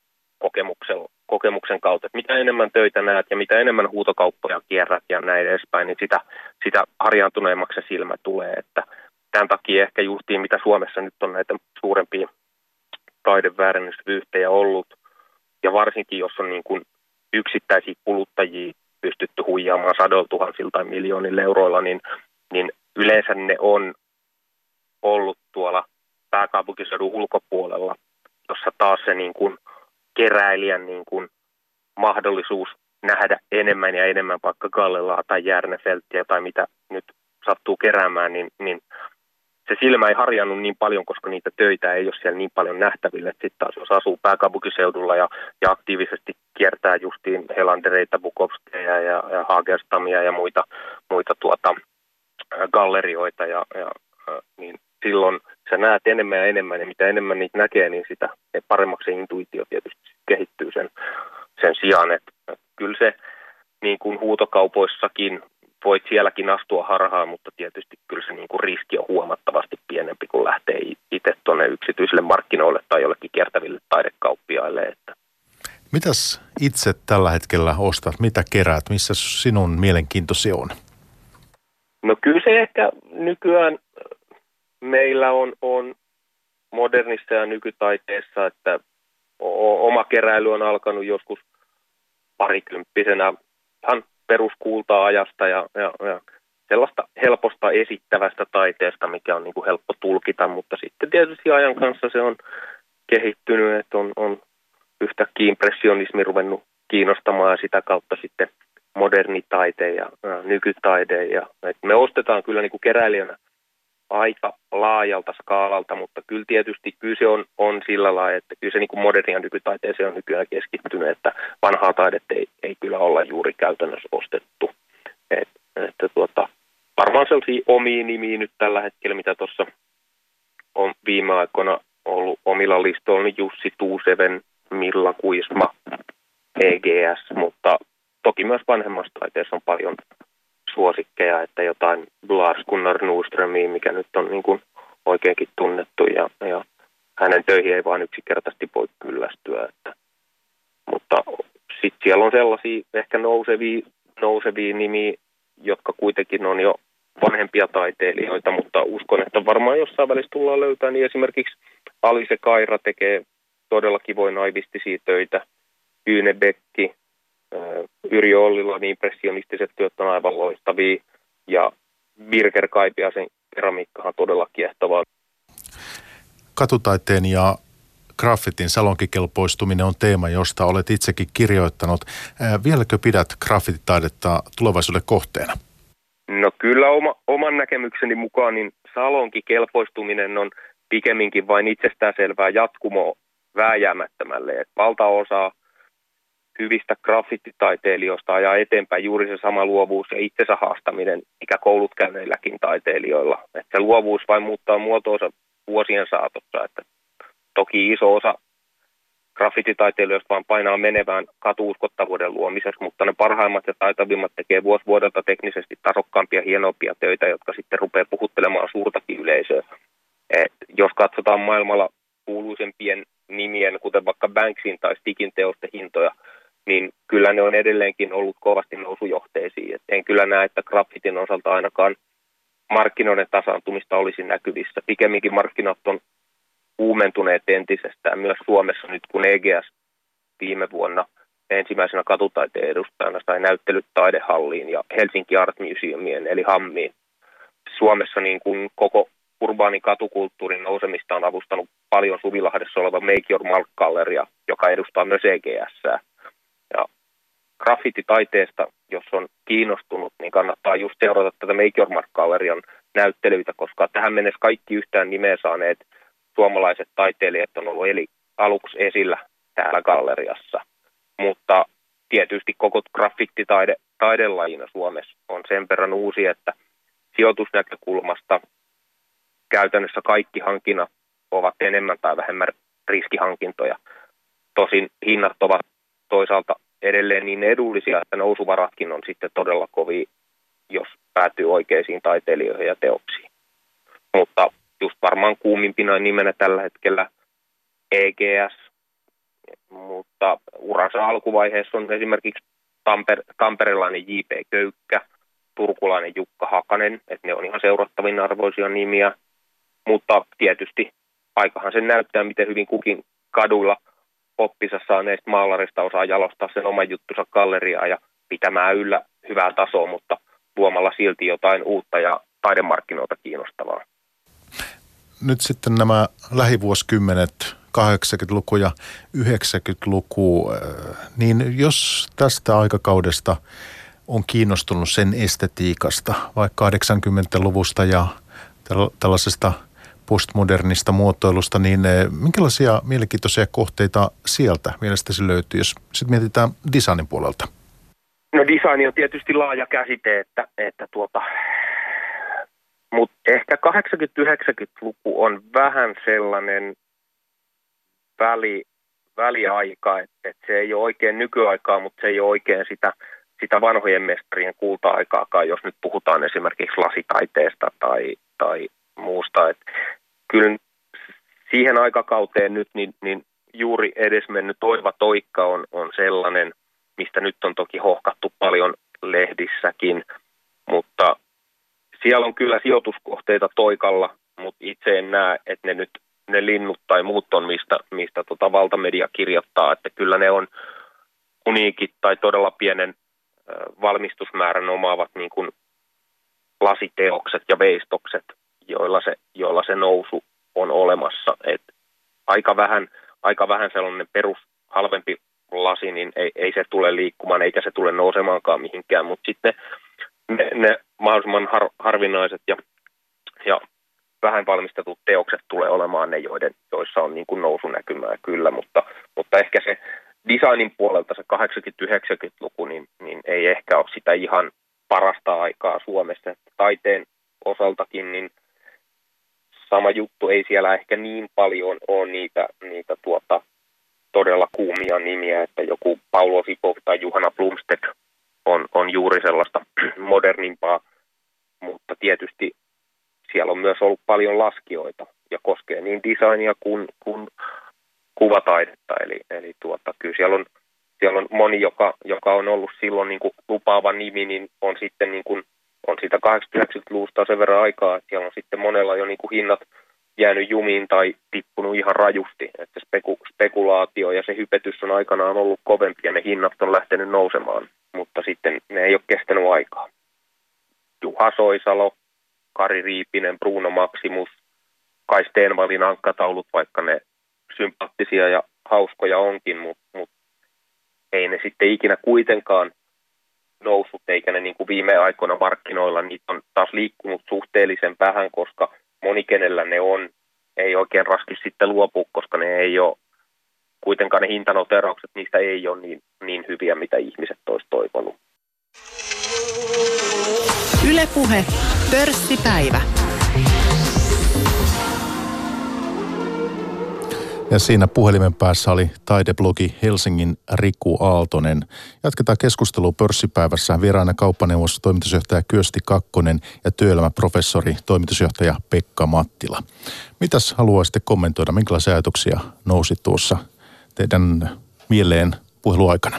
kokemuksen kautta. Että mitä enemmän töitä näet ja mitä enemmän huutokauppoja kierrät ja näin edespäin, niin sitä, sitä harjaantuneemmaksi se silmä tulee. Että tämän takia ehkä justiin, mitä Suomessa nyt on näitä suurempia taideväärennysvyyhtejä ollut, ja varsinkin jos on niin kuin yksittäisiä kuluttajia pystytty huijaamaan sadoilla tuhansilla tai miljoonilla euroilla, niin niin yleensä ne on ollut tuolla pääkaupunkiseudun ulkopuolella, jossa taas se niin kuin keräilijän niin kuin mahdollisuus nähdä enemmän ja enemmän vaikka Gallelaa tai Järnefelttiä tai mitä nyt sattuu keräämään, niin, niin se silmä ei harjannut niin paljon, koska niitä töitä ei ole siellä niin paljon nähtävillä. Sitten taas jos asuu pääkaupunkiseudulla ja, ja aktiivisesti kiertää justiin Helandereita, Bukowskia ja, ja Hagerstamia ja muita, muita tuota, gallerioita, ja, ja, niin silloin sä näet enemmän ja enemmän, ja mitä enemmän niitä näkee, niin sitä paremmaksi se intuitio tietysti kehittyy sen, sen sijaan. Että kyllä se niin kuin huutokaupoissakin voit sielläkin astua harhaan, mutta tietysti kyllä se niin kuin riski on huomattavasti pienempi, kun lähtee itse tuonne yksityisille markkinoille tai jollekin kiertäville taidekauppiaille. Että. Mitäs itse tällä hetkellä ostat? Mitä keräät? Missä sinun mielenkiintosi on? No kyllä se ehkä nykyään meillä on, on modernissa ja nykytaiteessa, että oma keräily on alkanut joskus parikymppisenä ihan peruskulta-ajasta ja, ja, ja sellaista helposta esittävästä taiteesta, mikä on niin kuin helppo tulkita, mutta sitten tietysti ajan kanssa se on kehittynyt, että on, on yhtäkkiä impressionismi ruvennut kiinnostamaan ja sitä kautta sitten moderni taide ja, ja nykytaide. Ja, että me ostetaan kyllä niin kuin keräilijänä aika laajalta skaalalta, mutta kyllä tietysti kyllä se on, on sillä lailla, että kyllä se niin kuin moderni ja nykytaiteeseen on nykyään keskittynyt, että vanhaa taidetta ei, ei kyllä olla juuri käytännössä ostettu. Et, että tuota, varmaan sellaisia omia nimiä nyt tällä hetkellä, mitä tuossa on viime aikoina ollut omilla listoilla, niin Jussi Tuuseven, Milla Kuisma, E G S, mutta toki myös vanhemmassa taiteessa on paljon suosikkeja, että jotain Lars Gunnar Nordströmiä, mikä nyt on niin kuin oikeinkin tunnettu, ja, ja hänen töihin ei vaan yksinkertaisesti voi kyllästyä. Että. Mutta sitten siellä on sellaisia ehkä nousevia, nousevia nimiä, jotka kuitenkin on jo vanhempia taiteilijoita, mutta uskon, että varmaan jossain välissä tullaan löytää, niin esimerkiksi Alice Kaira tekee todella kivoja naivistisia töitä, Yne Bekki, Yrjö Ollila, niin impressionistiset työt on aivan loistavia, ja Birger Kaipiaisen keramiikka on todella kiehtovaa. Katutaiteen ja graffitin salonkikelpoistuminen on teema, josta olet itsekin kirjoittanut. Vieläkö pidät graffititaidetta tulevaisuuden kohteena? No kyllä oma, oman näkemykseni mukaan niin salonkikelpoistuminen on pikemminkin vain itsestäänselvää jatkumoa vääjäämättömälle. Et valtaosa hyvistä graffititaiteilijoista ajaa eteenpäin juuri se sama luovuus ja itsensä haastaminen, mikä koulut käyneilläkin taiteilijoilla. Et se luovuus vain muuttaa muotoonsa vuosien saatossa. Että toki iso osa graffititaiteilijoista vaan painaa menevään katuuskottavuuden luomisessa, mutta ne parhaimmat ja taitavimmat tekee vuosi vuodelta teknisesti tasokkaampia ja hienompia töitä, jotka sitten rupeaa puhuttelemaan suurtakin yleisöä. Et jos katsotaan maailmalla kuuluisempien nimien, kuten vaikka Banksin tai Stickin teosten hintoja, niin kyllä ne on edelleenkin ollut kovasti nousujohteisia. Et en kyllä näe, että graffitin osalta ainakaan markkinoiden tasaantumista olisi näkyvissä. Pikemminkin markkinat on kuumentuneet entisestään myös Suomessa nyt, kun E G S viime vuonna ensimmäisenä katutaiteen edustajana sai näyttelyt taidehalliin ja Helsinki Art Museumien eli Hammiin. Suomessa niin kuin koko urbaanin katukulttuurin nousemista on avustanut paljon Suvilahdessa oleva Make Your Mark-galleria, joka edustaa myös E G S:ää. Ja graffititaiteesta, jos on kiinnostunut, niin kannattaa just seurata tätä Make Your Mark-gallerian näyttelyitä, koska tähän mennessä kaikki yhtään nimeä saaneet suomalaiset taiteilijat on ollut eli aluksi esillä täällä galleriassa. Mutta tietysti koko graffititaide taidelajina Suomessa on sen verran uusi, että sijoitusnäkökulmasta käytännössä kaikki hankinnat ovat enemmän tai vähemmän riskihankintoja. Tosin hinnat ovat toisaalta edelleen niin edullisia, että nousuvaratkin on sitten todella kovia, jos päätyy oikeisiin taiteilijoihin ja teoksiin. Mutta just varmaan kuumimpina nimenä tällä hetkellä E G S, mutta uransa alkuvaiheessa on esimerkiksi Tamper- tamperelainen J P Köykkä, turkulainen Jukka Hakanen, että ne on ihan seurattavin arvoisia nimiä, mutta tietysti aikahan sen näyttää, miten hyvin kukin kaduilla oppinsa saaneista maalarista osaa jalostaa sen oman juttunsa galleriaa ja pitämään yllä hyvää tasoa, mutta luomalla silti jotain uutta ja taidemarkkinoilta kiinnostavaa. Nyt sitten nämä lähivuosikymmenet, kahdeksankymmentäluku ja yhdeksänkymmentäluku, niin jos tästä aikakaudesta on kiinnostunut sen estetiikasta, vaikka kahdeksankymmentäluvusta ja tällaisesta postmodernista muotoilusta, niin minkälaisia mielenkiintoisia kohteita sieltä mielestäsi löytyy, jos sitten mietitään designin puolelta? No design on tietysti laaja käsite, että, että tuota, mutta ehkä kahdeksankymmentä-yhdeksänkymmentäluku on vähän sellainen väli, väliaika, että, että se ei ole oikein nykyaikaa, mutta se ei ole oikein sitä, sitä vanhojen mestarien kulta-aikaakaan, jos nyt puhutaan esimerkiksi lasitaiteesta tai, tai muusta. Että kyllä siihen aikakauteen nyt niin, niin juuri edesmennyt Toiva Toikka on, on sellainen, mistä nyt on toki hohkattu paljon lehdissäkin, mutta siellä on kyllä sijoituskohteita Toikalla, mutta itse en näe, että ne nyt ne linnut tai muut on, mistä, mistä tota valtamedia kirjoittaa, että kyllä ne on uniikit tai todella pienen valmistusmäärän omaavat niin kuin lasiteokset ja veistokset, joilla se, joilla se nousu on olemassa. Et aika vähän, aika vähän sellainen perus halvempi lasi, niin ei, ei se tule liikkumaan eikä se tule nousemaankaan mihinkään, mutta sitten ne, ne mahdollisimman har, harvinaiset ja, ja vähän valmistetut teokset tulee olemaan ne, joiden, joissa on niin kuin nousunäkymää kyllä, mutta, mutta ehkä se designin puolelta se kahdeksankymmentä-yhdeksänkymmentäluku, niin, niin ei ehkä ole sitä ihan parasta aikaa Suomessa. Taiteen osaltakin niin sama juttu, ei siellä ehkä niin paljon ole niitä, niitä tuota, todella kuumia nimiä, että joku Paulo Sipov tai Juhana Blomstedt on, on juuri sellaista modernimpaa, mutta tietysti siellä on myös ollut paljon laskijoita ja koskee niin designia kuin, kuin kuvataidetta. Eli, eli tuota, kyllä siellä on, siellä on moni, joka, joka on ollut silloin niin kuin lupaava nimi, niin on sitten niin kuin, on siitä kahdeksankymmentä-yhdeksänkymmentäluvusta sen verran aikaa, että siellä on sitten monella jo niin kuin hinnat jäänyt jumiin tai tippunut ihan rajusti. Että speku, spekulaatio ja se hypetys on aikanaan ollut kovempi ja ne hinnat on lähtenyt nousemaan, mutta sitten ne ei ole kestänyt aikaa. Juha Soisalo, Kari Riipinen, Bruno Maximus, Kai Stenvallin ankkataulut, vaikka ne sympaattisia ja hauskoja onkin, mutta mut ei ne sitten ikinä kuitenkaan noussut, eikä ne niin kuin viime aikoina markkinoilla, niitä on taas liikkunut suhteellisen vähän, koska moni kenellä ne on, ei oikein raski sitten luopua, koska ne ei ole, kuitenkaan ne hintanoteraukset, niistä ei ole niin, niin hyviä, mitä ihmiset olisi toivonut. Yle Puhe, pörssipäivä. Ja siinä puhelimen päässä oli taideblogi Helsingin Riku Aaltonen. Jatketaan keskustelua pörssipäivässä. Vieraana kauppaneuvos toimitusjohtaja Kyösti Kakkonen ja työelämäprofessori toimitusjohtaja Pekka Mattila. Mitäs haluaisitte kommentoida? Minkälaisia ajatuksia nousi tuossa teidän mieleen puheluaikana?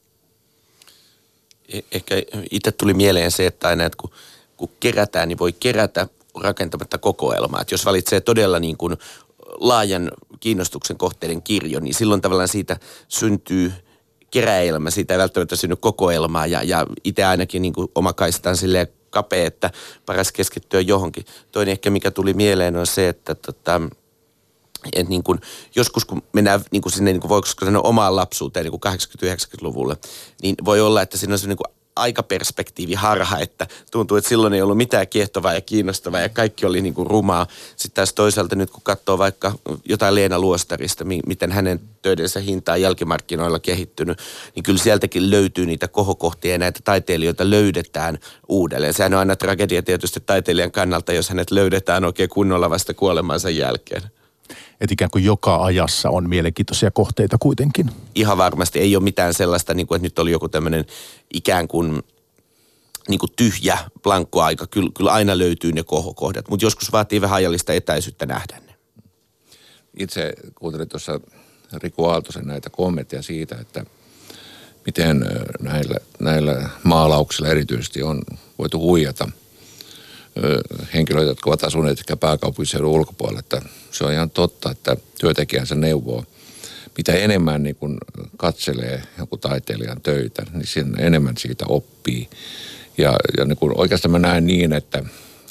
Ehkä itse tuli mieleen se, että aina että kun, kun kerätään, niin voi kerätä rakentamatta kokoelmaa. Että jos valitsee todella niin kuin laajan kiinnostuksen kohteiden kirjo, niin silloin tavallaan siitä syntyy keräelmä, siitä ei välttämättä synny kokoelmaa ja, ja itse ainakin niin kuin omakaistaan silleen kapea, että paras keskittyä johonkin. Toinen ehkä mikä tuli mieleen on se, että tota, et niin kuin, joskus kun mennään niin kuin sinne, niin kuin voiko sanoa omaan lapsuuteen niin kuin kahdeksankymmentä-yhdeksänkymmentäluvulle, niin voi olla, että siinä on se niin kuin aikaperspektiivi harha, että tuntuu, että silloin ei ollut mitään kiehtovaa ja kiinnostavaa ja kaikki oli niin kuin rumaa. Sitten taas toisaalta nyt kun katsoo vaikka jotain Leena Luostarista, miten hänen töidensä hinta on jälkimarkkinoilla kehittynyt, niin kyllä sieltäkin löytyy niitä kohokohtia ja näitä taiteilijoita löydetään uudelleen. Sehän on aina tragedia tietysti taiteilijan kannalta, jos hänet löydetään oikein kunnolla vasta kuolemansa jälkeen. Että ikään kuin joka ajassa on mielenkiintoisia kohteita kuitenkin. Ihan varmasti. Ei ole mitään sellaista, niin kuin, että nyt oli joku tämmöinen ikään kuin, niin kuin tyhjä blankkoaika. Kyllä, kyllä aina löytyy ne kohokohdat, mutta joskus vaatii vähän ajallista etäisyyttä nähdä ne. Itse kuuntelin tuossa Riku Aaltosen näitä kommentteja siitä, että miten näillä, näillä maalauksilla erityisesti on voitu huijata henkilöitä, jotka ovat asuneet ehkä pääkaupunkiseudun ulkopuolella, että se on ihan totta, että työntekijänsä neuvoo. Mitä enemmän niin kun katselee joku taiteilijan töitä, niin sen enemmän siitä oppii. Ja, ja niin kun oikeastaan mä näen niin, että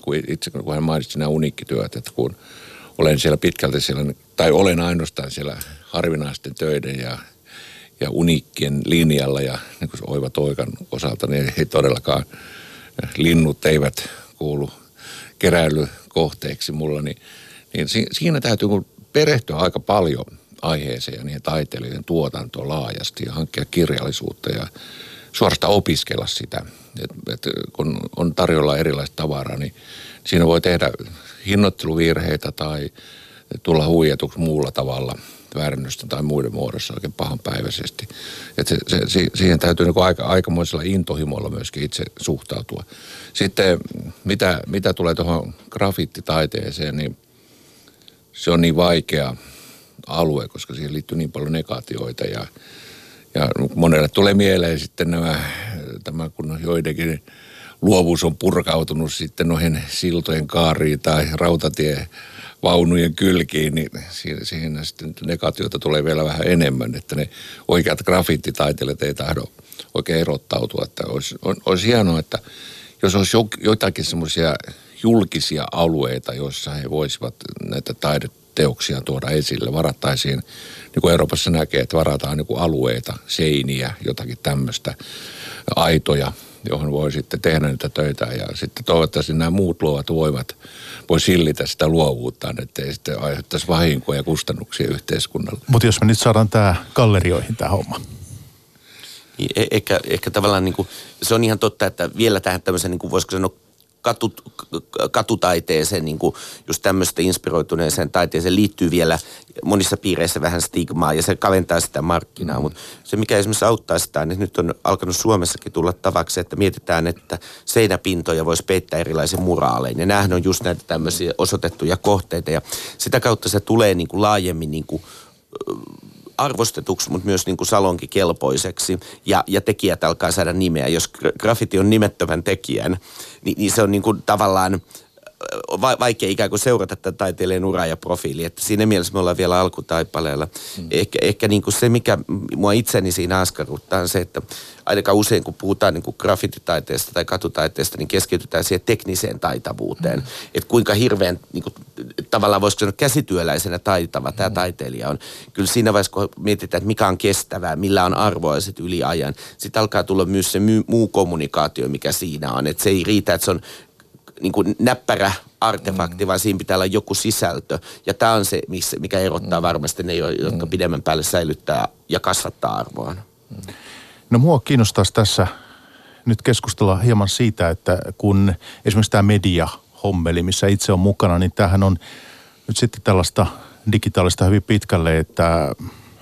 kun itse kun hän mainitsi nämä uniikkityöt, että kun olen siellä pitkälti siellä, tai olen ainoastaan siellä harvinaisten töiden ja, ja uniikkien linjalla ja niin kuin Oiva Toikan osalta, niin ei todellakaan, linnut eivät kuulu keräilykohteeksi mulla, niin, niin siinä täytyy perehtyä aika paljon aiheeseen ja niiden taiteilijoiden tuotantoon laajasti ja hankkia kirjallisuutta ja suorastaan opiskella sitä. Et, et, kun on tarjolla erilaista tavaraa, niin siinä voi tehdä hinnoitteluvirheitä tai tulla huijatuksi muulla tavalla väärännöstä tai muiden muodossa oikein pahanpäiväisesti. Et se, se, siihen täytyy niin aika, aikamoisella intohimolla myöskin itse suhtautua. Sitten mitä, mitä tulee tuohon grafiittitaiteeseen, niin se on niin vaikea alue, koska siihen liittyy niin paljon negaatioita ja, ja monelle tulee mieleen sitten nämä, tämä kun joidenkin luovuus on purkautunut sitten noihin siltojen kaariin tai rautatievaunujen kylkiin, niin siihen sitten negaatioita tulee vielä vähän enemmän, että ne oikeat grafiittitaiteilijat ei tahdo oikein erottautua. Että olisi, olisi hienoa, että jos olisi jotakin semmoisia julkisia alueita, joissa he voisivat näitä taideteoksia tuoda esille, varattaisiin, niin kuin Euroopassa näkee, että varataan niin kuin alueita, seiniä, jotakin tämmöistä, aitoja, johon voi sitten tehdä niitä töitä ja sitten toivottavasti nämä muut luovat voimat voi sillitä sitä luovuuttaan, ettei sitten aiheuttaisi vahinkoja ja kustannuksia yhteiskunnalle. Mutta jos me nyt saadaan tämä gallerioihin tämä homma. Eh- ehkä, ehkä tavallaan niin kuin, se on ihan totta, että vielä tähän tämmöisen, niin kuin voisiko sanoa, Katut, katutaiteeseen, niin kuin just tämmöistä inspiroituneeseen taiteeseen liittyy vielä monissa piireissä vähän stigmaa ja se kaventaa sitä markkinaa, mm. mutta se mikä esimerkiksi auttaa sitä, niin nyt on alkanut Suomessakin tulla tavaksi, että mietitään, että seinäpintoja voisi peittää erilaisen muraalein ja näähän on just näitä tämmöisiä osoitettuja kohteita ja sitä kautta se tulee niin kuin laajemmin niin kuin arvostetuksi, mutta myös niin kuin salonkikelpoiseksi ja, ja tekijät alkaa saada nimeä. Jos graffiti on nimettömän tekijän, niin, niin se on niin kuin tavallaan va- vaikea ikään kuin seurata tätä taiteilijan uraa ja profiilia. Että siinä mielessä me ollaan vielä alkutaipaleella. Mm. Ehkä, ehkä niin kuin se, mikä mua itseni siinä askarruttaa, on se, että ainakaan usein kun puhutaan niin kuin graffititaiteesta tai katutaiteesta, niin keskitytään siihen tekniseen taitavuuteen. Mm. Että kuinka hirveän niin kuin, tavallaan voisiko sanoa käsityöläisenä taitava mm. tämä taiteilija on. Kyllä siinä vaiheessa, kun mietitään, että mikä on kestävää, millä on arvoa sitten yli ajan, sitten alkaa tulla myös se my- muu kommunikaatio, mikä siinä on. Että se ei riitä, että se on niin kuin näppärä artefakti, mm. vaan siinä pitää olla joku sisältö. Ja tämä on se, mikä erottaa mm. varmasti ne, jotka pidemmän päälle säilyttää ja kasvattaa arvoaan. Mm. No mua kiinnostaisi tässä nyt keskustella hieman siitä, että kun esimerkiksi tämä media-hommeli, missä itse on mukana, niin tämähän on nyt sitten tällaista digitaalista hyvin pitkälle, että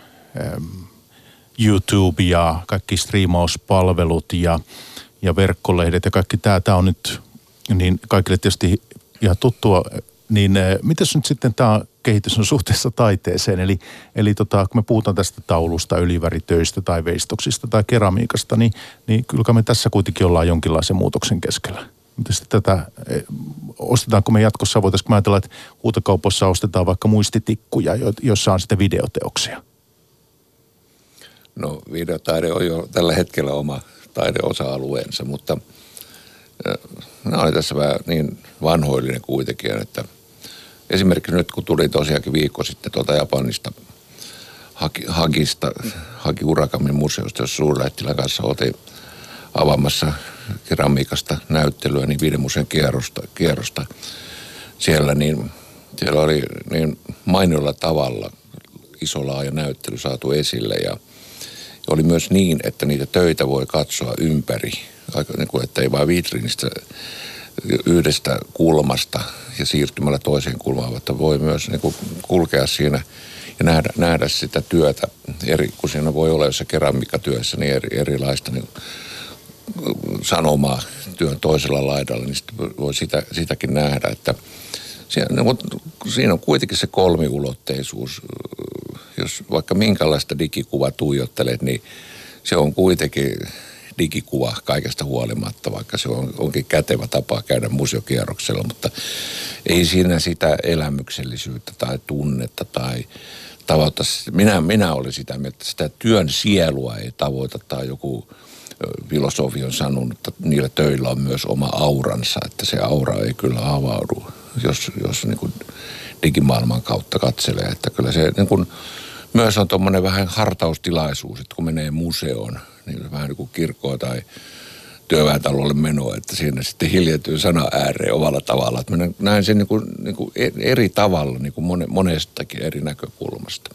YouTube ja kaikki striimauspalvelut ja, ja verkkolehdet ja kaikki tämä, tämä on nyt niin kaikille tietysti ihan tuttua, niin mitäs nyt sitten tämä kehitys on suhteessa taiteeseen? Eli, eli tota, kun me puhutaan tästä taulusta, yliväritöistä tai veistoksista tai keramiikasta, niin, niin kyllä me tässä kuitenkin ollaan jonkinlaisen muutoksen keskellä. Mutta sitten tätä, ostetaanko me jatkossa, voitaisiinko me ajatella, että huutokaupassa ostetaan vaikka muistitikkuja, joissa on sitten videoteoksia? No videotaide on jo tällä hetkellä oma taideosa-alueensa, mutta nämä oli tässä vähän niin vanhoillinen kuitenkin, että esimerkiksi nyt kun tuli tosiaankin viikko sitten tuolta Japanista Haki, Hagista, Haki Urakamin museosta, jossa suurlähettilän kanssa oltiin avaamassa keramiikasta näyttelyä, niin viiden museon kierrosta, kierrosta siellä, niin siellä oli niin mainiolla tavalla iso laaja näyttely saatu esille ja oli myös niin, että niitä töitä voi katsoa ympäri, aika niin kuin, että ei vaan vitriinistä yhdestä kulmasta ja siirtymällä toiseen kulmaan, että voi myös niin kuin kulkea siinä ja nähdä, nähdä sitä työtä, eri, kun siinä voi olla jossain keramiikkatyössä niin eri, erilaista niin sanomaa työn toisella laidalla, niin sitten voi sitä, sitäkin nähdä, että siinä, mutta siinä on kuitenkin se kolmiulotteisuus. Jos vaikka minkälaista digikuvaa tuijottelet, niin se on kuitenkin digikuva kaikesta huolimatta, vaikka se on, onkin kätevä tapa käydä museokierroksella, mutta ei siinä sitä elämyksellisyyttä tai tunnetta tai tavoita. Minä, minä olin sitä mieltä, että sitä työn sielua ei tavoita tai joku filosofi on sanonut, että niillä töillä on myös oma auransa, että se aura ei kyllä avaudu, jos, jos niin kuin digimaailman kautta katselee. Että kyllä se niin kuin myös on tuommoinen vähän hartaustilaisuus, että kun menee museoon, niin vähän niin kuin kirkkoa tai työväentalolle menoa, että siinä sitten hiljentyy sana ääreen omalla tavalla. Että mä näen sen niin kuin, niin kuin eri tavalla niin kuin monestakin eri näkökulmasta.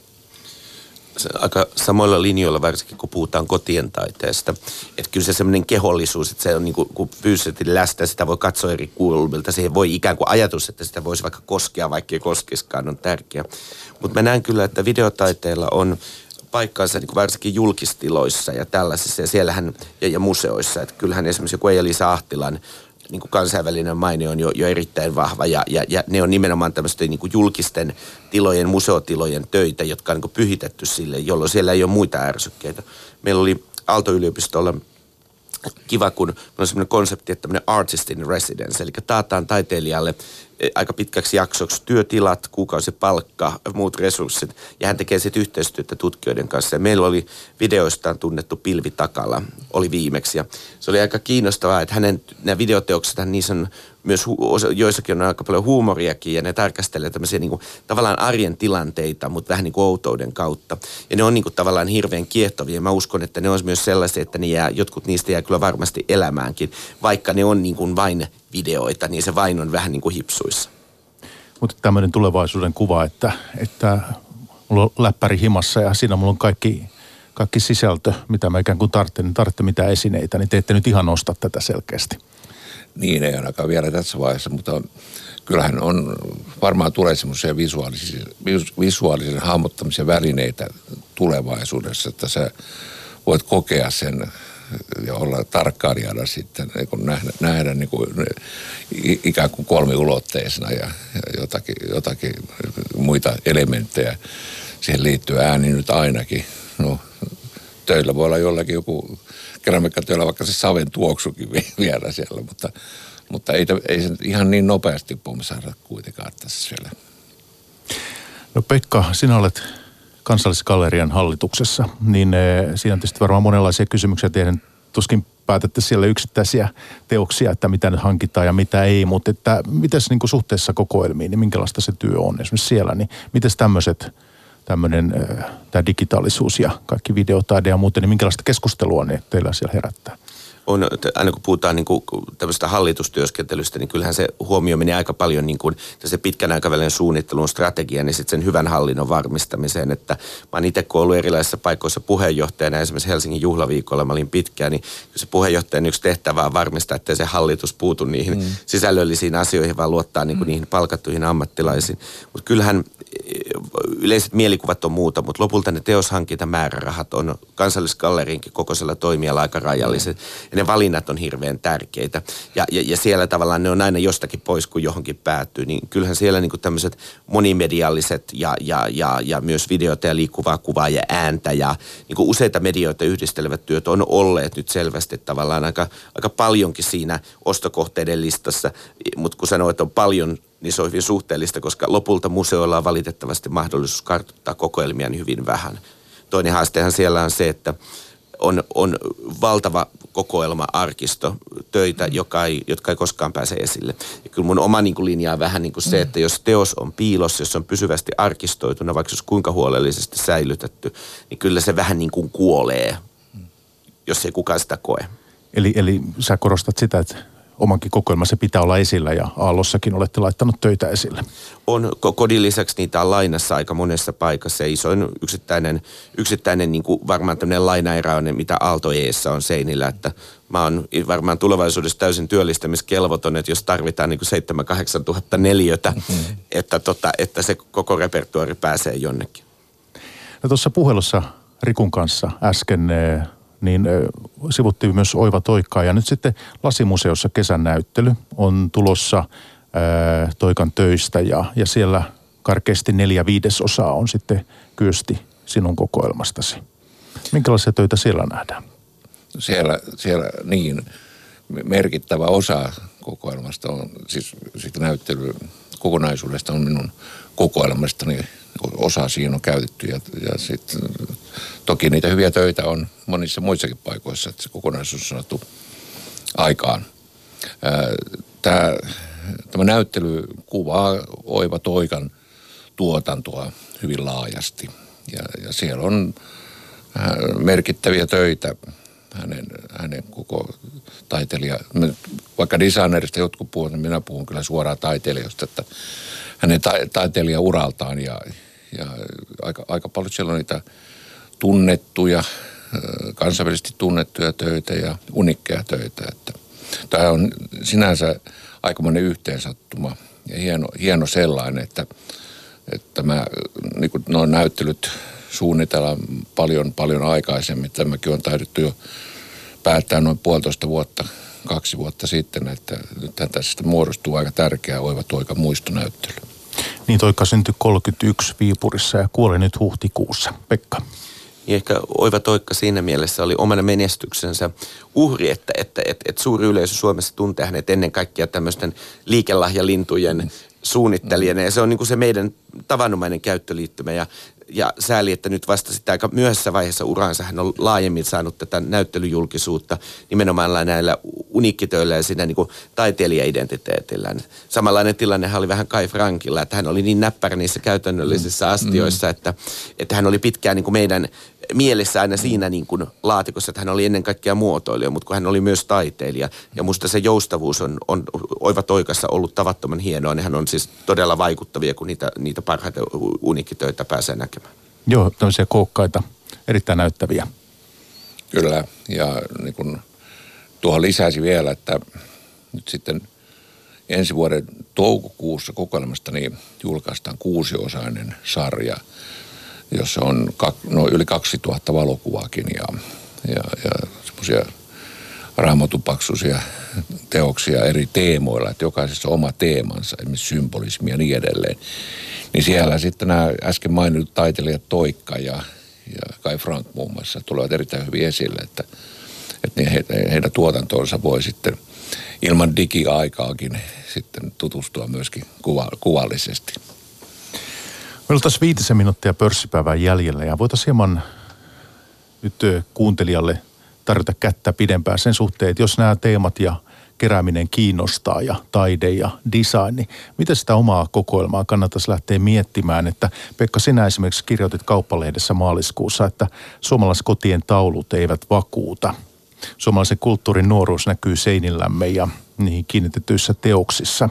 Aika samoilla linjoilla varsinkin, kun puhutaan kotien taiteesta. Että kyllä se semmoinen kehollisuus, että se on niin kuin, kun fyysisesti läsnä, sitä voi katsoa eri kulmilta. Siihen voi ikään kuin ajatus, että sitä voisi vaikka koskea, vaikka ei koskiskaan, on tärkeä. Mutta mä näen kyllä, että videotaiteella on paikkaansa niin kuin varsinkin julkistiloissa ja tällaisissa, ja siellähän, ja, ja museoissa. Että kyllähän esimerkiksi joku Eija-Liisa Ahtilan niin kuin kansainvälinen maine on jo, jo erittäin vahva, ja, ja, ja ne on nimenomaan tämmöisten niin kuin julkisten tilojen, museotilojen töitä, jotka on niin kuin pyhitetty sille, jolloin siellä ei ole muita ärsykkeitä. Meillä oli Aalto-yliopistolla kiva, kun on semmoinen konsepti, että tämmöinen artist in residence, eli taataan taiteilijalle aika pitkäksi jaksoksi työtilat, kuukausipalkka, muut resurssit, ja hän tekee sitten yhteistyötä tutkijoiden kanssa. Ja meillä oli videoistaan tunnettu Pilvi Takala, oli viimeksi, ja se oli aika kiinnostavaa, että hänen nämä videoteokset, niissä on myös hu- joissakin on aika paljon huumoriakin, ja ne tarkastelee tämmöisiä niin kuin, tavallaan arjen tilanteita, mutta vähän niin kuin outouden kautta. Ja ne on niin kuin, tavallaan hirveän kiehtovia. Mä uskon, että ne on myös sellaisia, että ne jää, jotkut niistä jää kyllä varmasti elämäänkin, vaikka ne on niin kuin vain videoita, niin se vain on vähän niin kuin hipsuissa. Mutta tämmöinen tulevaisuuden kuva, että, että mulla on läppäri himassa ja siinä mulla on kaikki, kaikki sisältö, mitä mä ikään kuin tarvitsen, niin tarvitse mitään esineitä, niin te ette nyt ihan osta tätä selkeästi. Niin, ei ainakaan vielä tässä vaiheessa, mutta on, kyllähän on, varmaan tulee semmoisia visuaalisia, visuaalisen hahmottamisen välineitä tulevaisuudessa, että sä voit kokea sen ja olla tarkkailijana sitten, niin kuin nähdä, nähdä niin kuin, ikään kuin kolmiulotteisena ja, ja jotakin, jotakin muita elementtejä siihen liittyy. Ääni nyt ainakin. No, töillä voi olla jollakin joku keramiikkatöillä vaikka se saven tuoksukin vielä siellä, mutta, mutta ei, ei se ihan niin nopeasti pomsaada kuitenkaan tässä siellä. No Pekka, sinä olet Kansallisgallerian hallituksessa, niin e, siinä on tietysti varmaan monenlaisia kysymyksiä teidän. Tuskin päätätte siellä yksittäisiä teoksia, että mitä nyt hankitaan ja mitä ei, mutta että mitäs niin kuin suhteessa kokoelmiin, niin minkälaista se työ on esimerkiksi siellä, niin mitäs tämmöiset, tämmöinen tämä digitaalisuus ja kaikki videotaide ja muuten, niin minkälaista keskustelua ne teillä siellä herättää? On, aina kun puhutaan niin kuin tämmöistä hallitustyöskentelystä, niin kyllähän se huomio menee aika paljon niin kuin se pitkän aikavälin suunnittelun strategian ja sitten sen hyvän hallinnon varmistamiseen. Että mä oon itse kun ollut erilaisissa paikoissa puheenjohtajana, esimerkiksi Helsingin juhlaviikolla mä olin pitkään, niin se puheenjohtajan yksi tehtävä on varmistaa, että se hallitus puutu niihin mm. sisällöllisiin asioihin, vaan luottaa niin kuin niihin palkattuihin ammattilaisiin. Mutta kyllähän yleiset mielikuvat on muuta, mutta lopulta ne teoshankintamäärärahat on Kansallisgalleriinkin kokoisella toimijalla aika rajalliset. Ja ne valinnat on hirveän tärkeitä. Ja, ja, ja siellä tavallaan ne on aina jostakin pois, kun johonkin päättyy. Niin kyllähän siellä niinku tämmöiset monimedialliset ja, ja, ja, ja myös videota ja liikkuvaa kuvaa ja ääntä ja niinku useita medioita yhdistelevät työt on olleet nyt selvästi tavallaan aika, aika paljonkin siinä ostokohteiden listassa. Mutta kun sanoit, että on paljon, niin se on hyvin suhteellista, koska lopulta museoilla on valitettavasti mahdollisuus kartoittaa kokoelmia niin hyvin vähän. Toinen haastehan siellä on se, että on, on valtava kokoelma-arkisto töitä, joka ei, jotka ei koskaan pääse esille. Ja kyllä mun oma niin kuin linja on vähän niin kuin se, että jos teos on piilossa, jos on pysyvästi arkistoituna, vaikka jos kuinka huolellisesti säilytetty, niin kyllä se vähän niin kuin kuolee, jos ei kukaan sitä koe. Eli, eli sä korostat sitä, että omankin kokoelma se pitää olla esillä ja Aallossakin olette laittanut töitä esille. On, kodin lisäksi niitä on lainassa aika monessa paikassa. Isoin yksittäinen, yksittäinen niin kuin varmaan tämmöinen lainaerä on, mitä Aalto Eessä on seinillä, että mä oon varmaan tulevaisuudessa täysin työllistämiskelvoton, että jos tarvitaan niin kuin seitsemän kahdeksan tuhatta neliötä, mm-hmm. että, tota, että se koko repertuaari pääsee jonnekin. No tuossa puhelussa Rikun kanssa äsken niin sivuttiin myös Oiva Toikkaa. Ja nyt sitten Lasimuseossa kesän näyttely on tulossa ää, Toikan töistä ja, ja siellä karkeasti neljä viidesosaa on sitten Kyösti sinun kokoelmastasi. Minkälaisia töitä siellä nähdään? Siellä, siellä niin merkittävä osa kokoelmasta on siis, siis näyttely kokonaisuudesta on minun kokoelmastani. Osa siinä on käytetty ja, ja sitten toki niitä hyviä töitä on monissa muissakin paikoissa, että se kokonaisuus on saatu aikaan. Tämä, tämä näyttely kuvaa Oiva Toikan tuotantoa hyvin laajasti ja, ja siellä on merkittäviä töitä hänen, hänen koko taiteilija, vaikka designerista jotkut puhuvat, niin minä puhun kyllä suoraan taiteilijoista, että hänen ta- taiteilijauraltaan ja, ja aika, aika paljon siellä on niitä tunnettuja, kansainvälisesti tunnettuja töitä ja unikkeja töitä. Että tämä on sinänsä aikamoinen yhteensattuma ja hieno, hieno sellainen, että, että mä, niin kuin nuo näyttelyt suunnitellaan paljon, paljon aikaisemmin. Tämäkin on taidettu jo päättää noin puolitoista vuotta, kaksi vuotta sitten, että nythän tästä muodostuu aika tärkeä Oiva Toikan muistonäyttely. Niin, Toika syntyi kolmekymmentäyksi Viipurissa ja kuoli nyt huhtikuussa. Pekka. Niin ehkä Oiva Toikka siinä mielessä oli omana menestyksensä uhri, että, että, että, että suuri yleisö Suomessa tuntee hänet ennen kaikkea tämmöisten liikelahjalintujen suunnittelijana. Ja se on niin kuin se meidän tavanomainen käyttöliittymä ja Ja sääli, että nyt vasta sitten aika myöhässä vaiheessa uraansa hän on laajemmin saanut tätä näyttelyjulkisuutta nimenomaan näillä uniikkitöillä ja siinä niin kuin taiteilija-identiteetillään. Samanlainen tilannehan oli vähän Kai Frankilla, että hän oli niin näppärä niissä käytännöllisissä astioissa, mm. että, että hän oli pitkään niin kuin meidän mielessä aina siinä niin kuin laatikossa, että hän oli ennen kaikkea muotoilija, mutta kun hän oli myös taiteilija. Ja musta se joustavuus on, on Oiva Toikassa ollut tavattoman hienoa. Nehän on siis todella vaikuttavia, kun niitä, niitä parhaita uniikkitöitä pääsee näkemään. Joo, tämmöisiä kookkaita, erittäin näyttäviä. Kyllä, ja niin kun tuohon lisäisi vielä, että nyt sitten ensi vuoden toukokuussa kokoelmasta niin julkaistaan kuusiosainen sarja, jossa on kak, no, yli kaksituhatta valokuvaakin ja, ja, ja semmoisia raamatupaksuisia teoksia eri teemoilla, että jokaisessa oma teemansa, esimerkiksi symbolismi ja niin edelleen. Niin siellä sitten nämä äsken mainitut taiteilijat Toikka ja, ja Kai Frank muun muassa tulevat erittäin hyvin esille, että, että he, heidän tuotantoonsa voi sitten ilman digiaikaakin sitten tutustua myöskin kuva, kuvallisesti. Meillä on taas viitisen minuuttia pörssipäivää jäljellä ja voitaisiin hieman nyt kuuntelijalle tarjota kättä pidempään sen suhteen, että jos nämä teemat ja kerääminen kiinnostaa ja taide ja design, niin miten sitä omaa kokoelmaa kannattaisi lähteä miettimään, että Pekka, sinä esimerkiksi kirjoitit Kauppalehdessä maaliskuussa, että suomalaiskotien taulut eivät vakuuta. Suomalaisen kulttuurin nuoruus näkyy seinillämme ja niihin kiinnitetyissä teoksissa.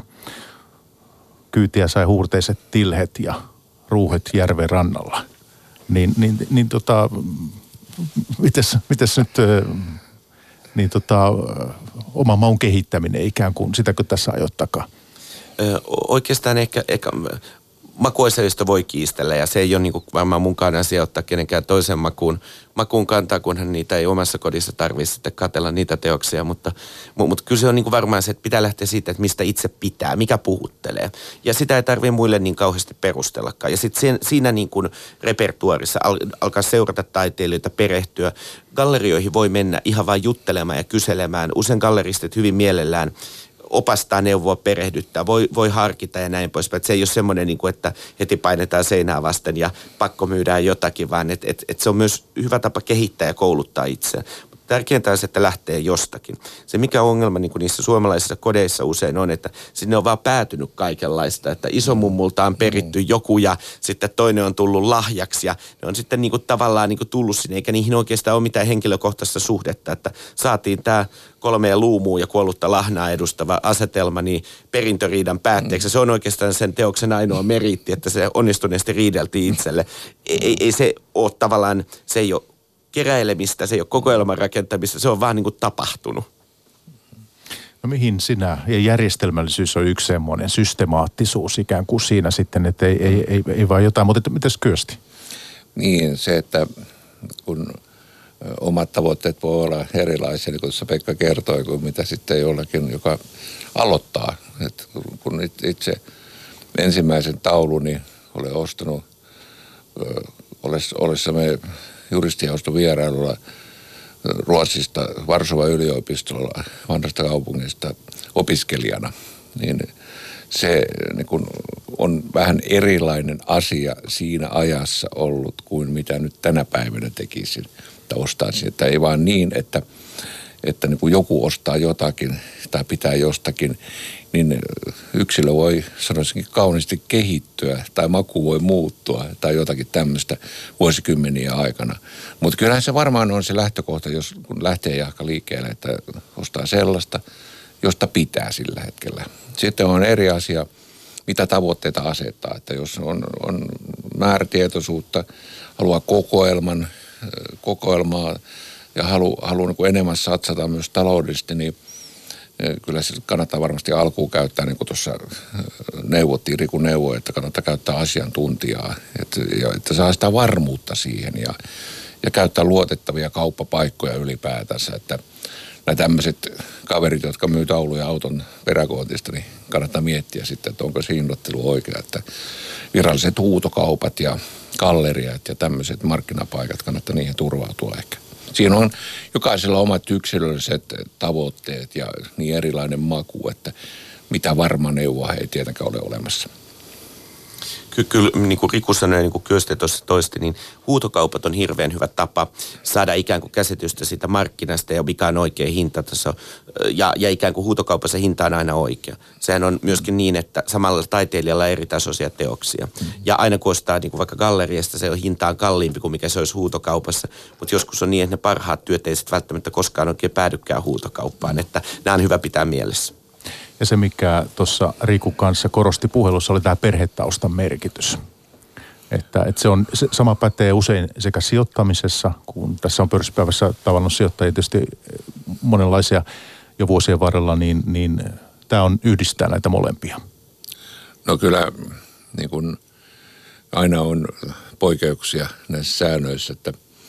Kyytiä sai huurteiset tilhet ja ruuhet järven rannalla. Niin, niin, niin tota, mites, mites nyt niin tota, oma maun kehittäminen ikään kuin, sitäkö tässä ajot takaa? Ö, oikeastaan ehkä, ehkä makuasioista voi kiistellä ja se ei ole niin kuin varmaan munkaan asia ottaa kenenkään toisen makuun, makuun kantaa, kunhan niitä ei omassa kodissa tarvitse sitten katsella niitä teoksia, mutta, mutta kyllä se on niin kuin varmaan se, että pitää lähteä siitä, että mistä itse pitää, mikä puhuttelee. Ja sitä ei tarvitse muille niin kauheasti perustellakaan. Ja sitten siinä niin kuin repertuarissa al, alkaa seurata taiteilijoita, perehtyä. Gallerioihin voi mennä ihan vain juttelemaan ja kyselemään. Usein galleristit hyvin mielellään opastaa, neuvoa, perehdyttää, voi, voi harkita ja näin poispäin. Että se ei ole semmoinen, niin kuin, että heti painetaan seinää vasten ja pakko myydään jotakin, vaan että et, et se on myös hyvä tapa kehittää ja kouluttaa itseään. Tärkeintä on se, että lähtee jostakin. Se mikä ongelma niin kuin niissä suomalaisissa kodeissa usein on, että sinne on vaan päätynyt kaikenlaista. Että isomummulta on peritty joku ja sitten toinen on tullut lahjaksi ja ne on sitten niin kuin tavallaan niin kuin tullut sinne, eikä niihin oikeastaan ole mitään henkilökohtaista suhdetta. Että saatiin tämä kolmea luumua ja kuollutta lahnaa edustava asetelma niin perintöriidan päätteeksi. Se on oikeastaan sen teoksen ainoa meriitti, että se onnistuneesti riideltiin itselle. Ei, ei se ole tavallaan, se ei ole keräilemistä, se ei ole kokoelman rakentamista, se on vaan niin kuin tapahtunut. No mihin sinä, ja järjestelmällisyys on yksi semmoinen systemaattisuus ikään kuin siinä sitten, että ei, ei, ei, ei vaan jotain, mutta mitäs Kyösti? Niin, se, että kun omat tavoitteet voi olla erilaisia, niin kuin tuossa Pekka kertoi, kuin mitä sitten jollakin, joka aloittaa. Että kun itse ensimmäisen tauluni olen ostanut ollessamme juristijaoston vierailulla Ruotsista Varsovan yliopistolla vanhasta kaupungista opiskelijana, niin se niin kun on vähän erilainen asia siinä ajassa ollut kuin mitä nyt tänä päivänä tekisin tai ostaisin. Että ei vaan niin, että, että niin kun joku ostaa jotakin tai pitää jostakin, niin yksilö voi sanoisinkin kauniisti kehittyä tai maku voi muuttua tai jotakin tämmöistä vuosikymmeniä aikana. Mutta kyllähän se varmaan on se lähtökohta, jos kun lähtee jahka liikkeelle, että ostaa sellaista, josta pitää sillä hetkellä. Sitten on eri asia, mitä tavoitteita asettaa, että jos on, on määrätietoisuutta, haluaa kokoelman, kokoelmaa ja haluaa halu niin kuin enemmän satsata myös taloudellisesti, niin kyllä se kannattaa varmasti alkuun käyttää, niin kuin tuossa neuvottiin, Riku neuvoi, että kannattaa käyttää asiantuntijaa, että, että saa sitä varmuutta siihen ja, ja käyttää luotettavia kauppapaikkoja ylipäätänsä, että nämä tämmöiset kaverit, jotka myy tauluja auton peräkontista, niin kannattaa miettiä sitten, että onko se hinnoittelu oikea, että viralliset huutokaupat ja galleriat ja tämmöiset markkinapaikat, kannattaa niihin turvautua ehkä. Siinä on jokaisella omat yksilölliset tavoitteet ja niin erilainen maku, että mitä varma neuvoa ei tietenkään ole olemassa. Kyllä, kyllä niin kuin Riku sanoi ja niin kuin Kyösti tuossa toisti, niin huutokaupat on hirveän hyvä tapa saada ikään kuin käsitystä siitä markkinasta ja mikä on oikea hintataso. Ja, ja ikään kuin huutokaupassa hinta on aina oikea. Sehän on myöskin niin, että samalla taiteilijalla on eri tasoisia teoksia. Ja aina kun ostaa niin kuin vaikka galleriasta, se on hintaan kalliimpi kuin mikä se olisi huutokaupassa. Mutta joskus on niin, että ne parhaat työt ei sitten välttämättä koskaan oikein päädykään huutokauppaan. Että nämä on hyvä pitää mielessä. Ja se, mikä tuossa Riku kanssa korosti puhelussa, oli tämä perhetaustan merkitys. Että, että se on, se sama pätee usein sekä sijoittamisessa, kun tässä on pörssipäivässä tavannut sijoittajia tietysti monenlaisia jo vuosien varrella, niin, niin tämä on yhdistää näitä molempia. No kyllä, niin kuin aina on poikkeuksia näissä säännöissä, että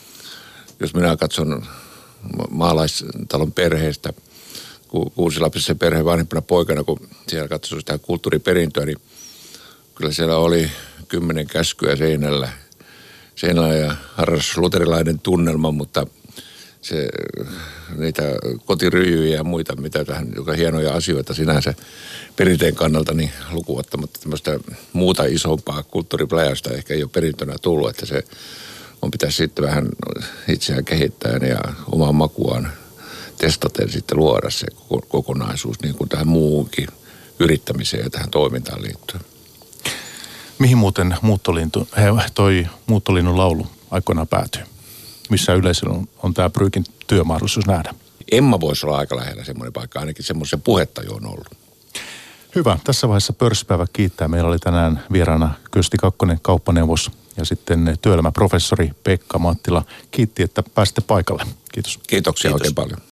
jos minä katson maalaistalon perheestä, kuusilapsisen perheen vanhempana poikana, kun siellä katsoi sitä kulttuuriperintöä, niin kyllä siellä oli kymmenen käskyä seinällä, seinällä ja harras luterilainen tunnelma, mutta se, niitä kotiryijyjä ja muita, mitä tähän, joka hienoja asioita sinänsä perinteen kannalta, niin lukuottamatta tämmöistä muuta isompaa kulttuuripläjästä ehkä ei ole perintönä tullut, että se on pitäisi sitten vähän itseään kehittää ja omaa makuaan testaten sitten luoda se kokonaisuus niin kuin tähän muuhunkin yrittämiseen ja tähän toimintaan liittyen. Mihin muuten muuttolintu, toi muuttolinnun laulu aikoinaan päätyy? Missä yleisöllä on, on tämä Brygin työmahdollisuus nähdä? Emma voisi olla aika lähellä semmoinen paikka, ainakin semmoisen puhetta jo on ollut. Hyvä. Tässä vaiheessa pörssipäivä kiittää. Meillä oli tänään vieraana Kyösti Kakkonen, kauppaneuvos, ja sitten työelämäprofessori Pekka Mattila. Kiitti, että pääsitte paikalle. Kiitos. Kiitoksia Kiitos. oikein paljon.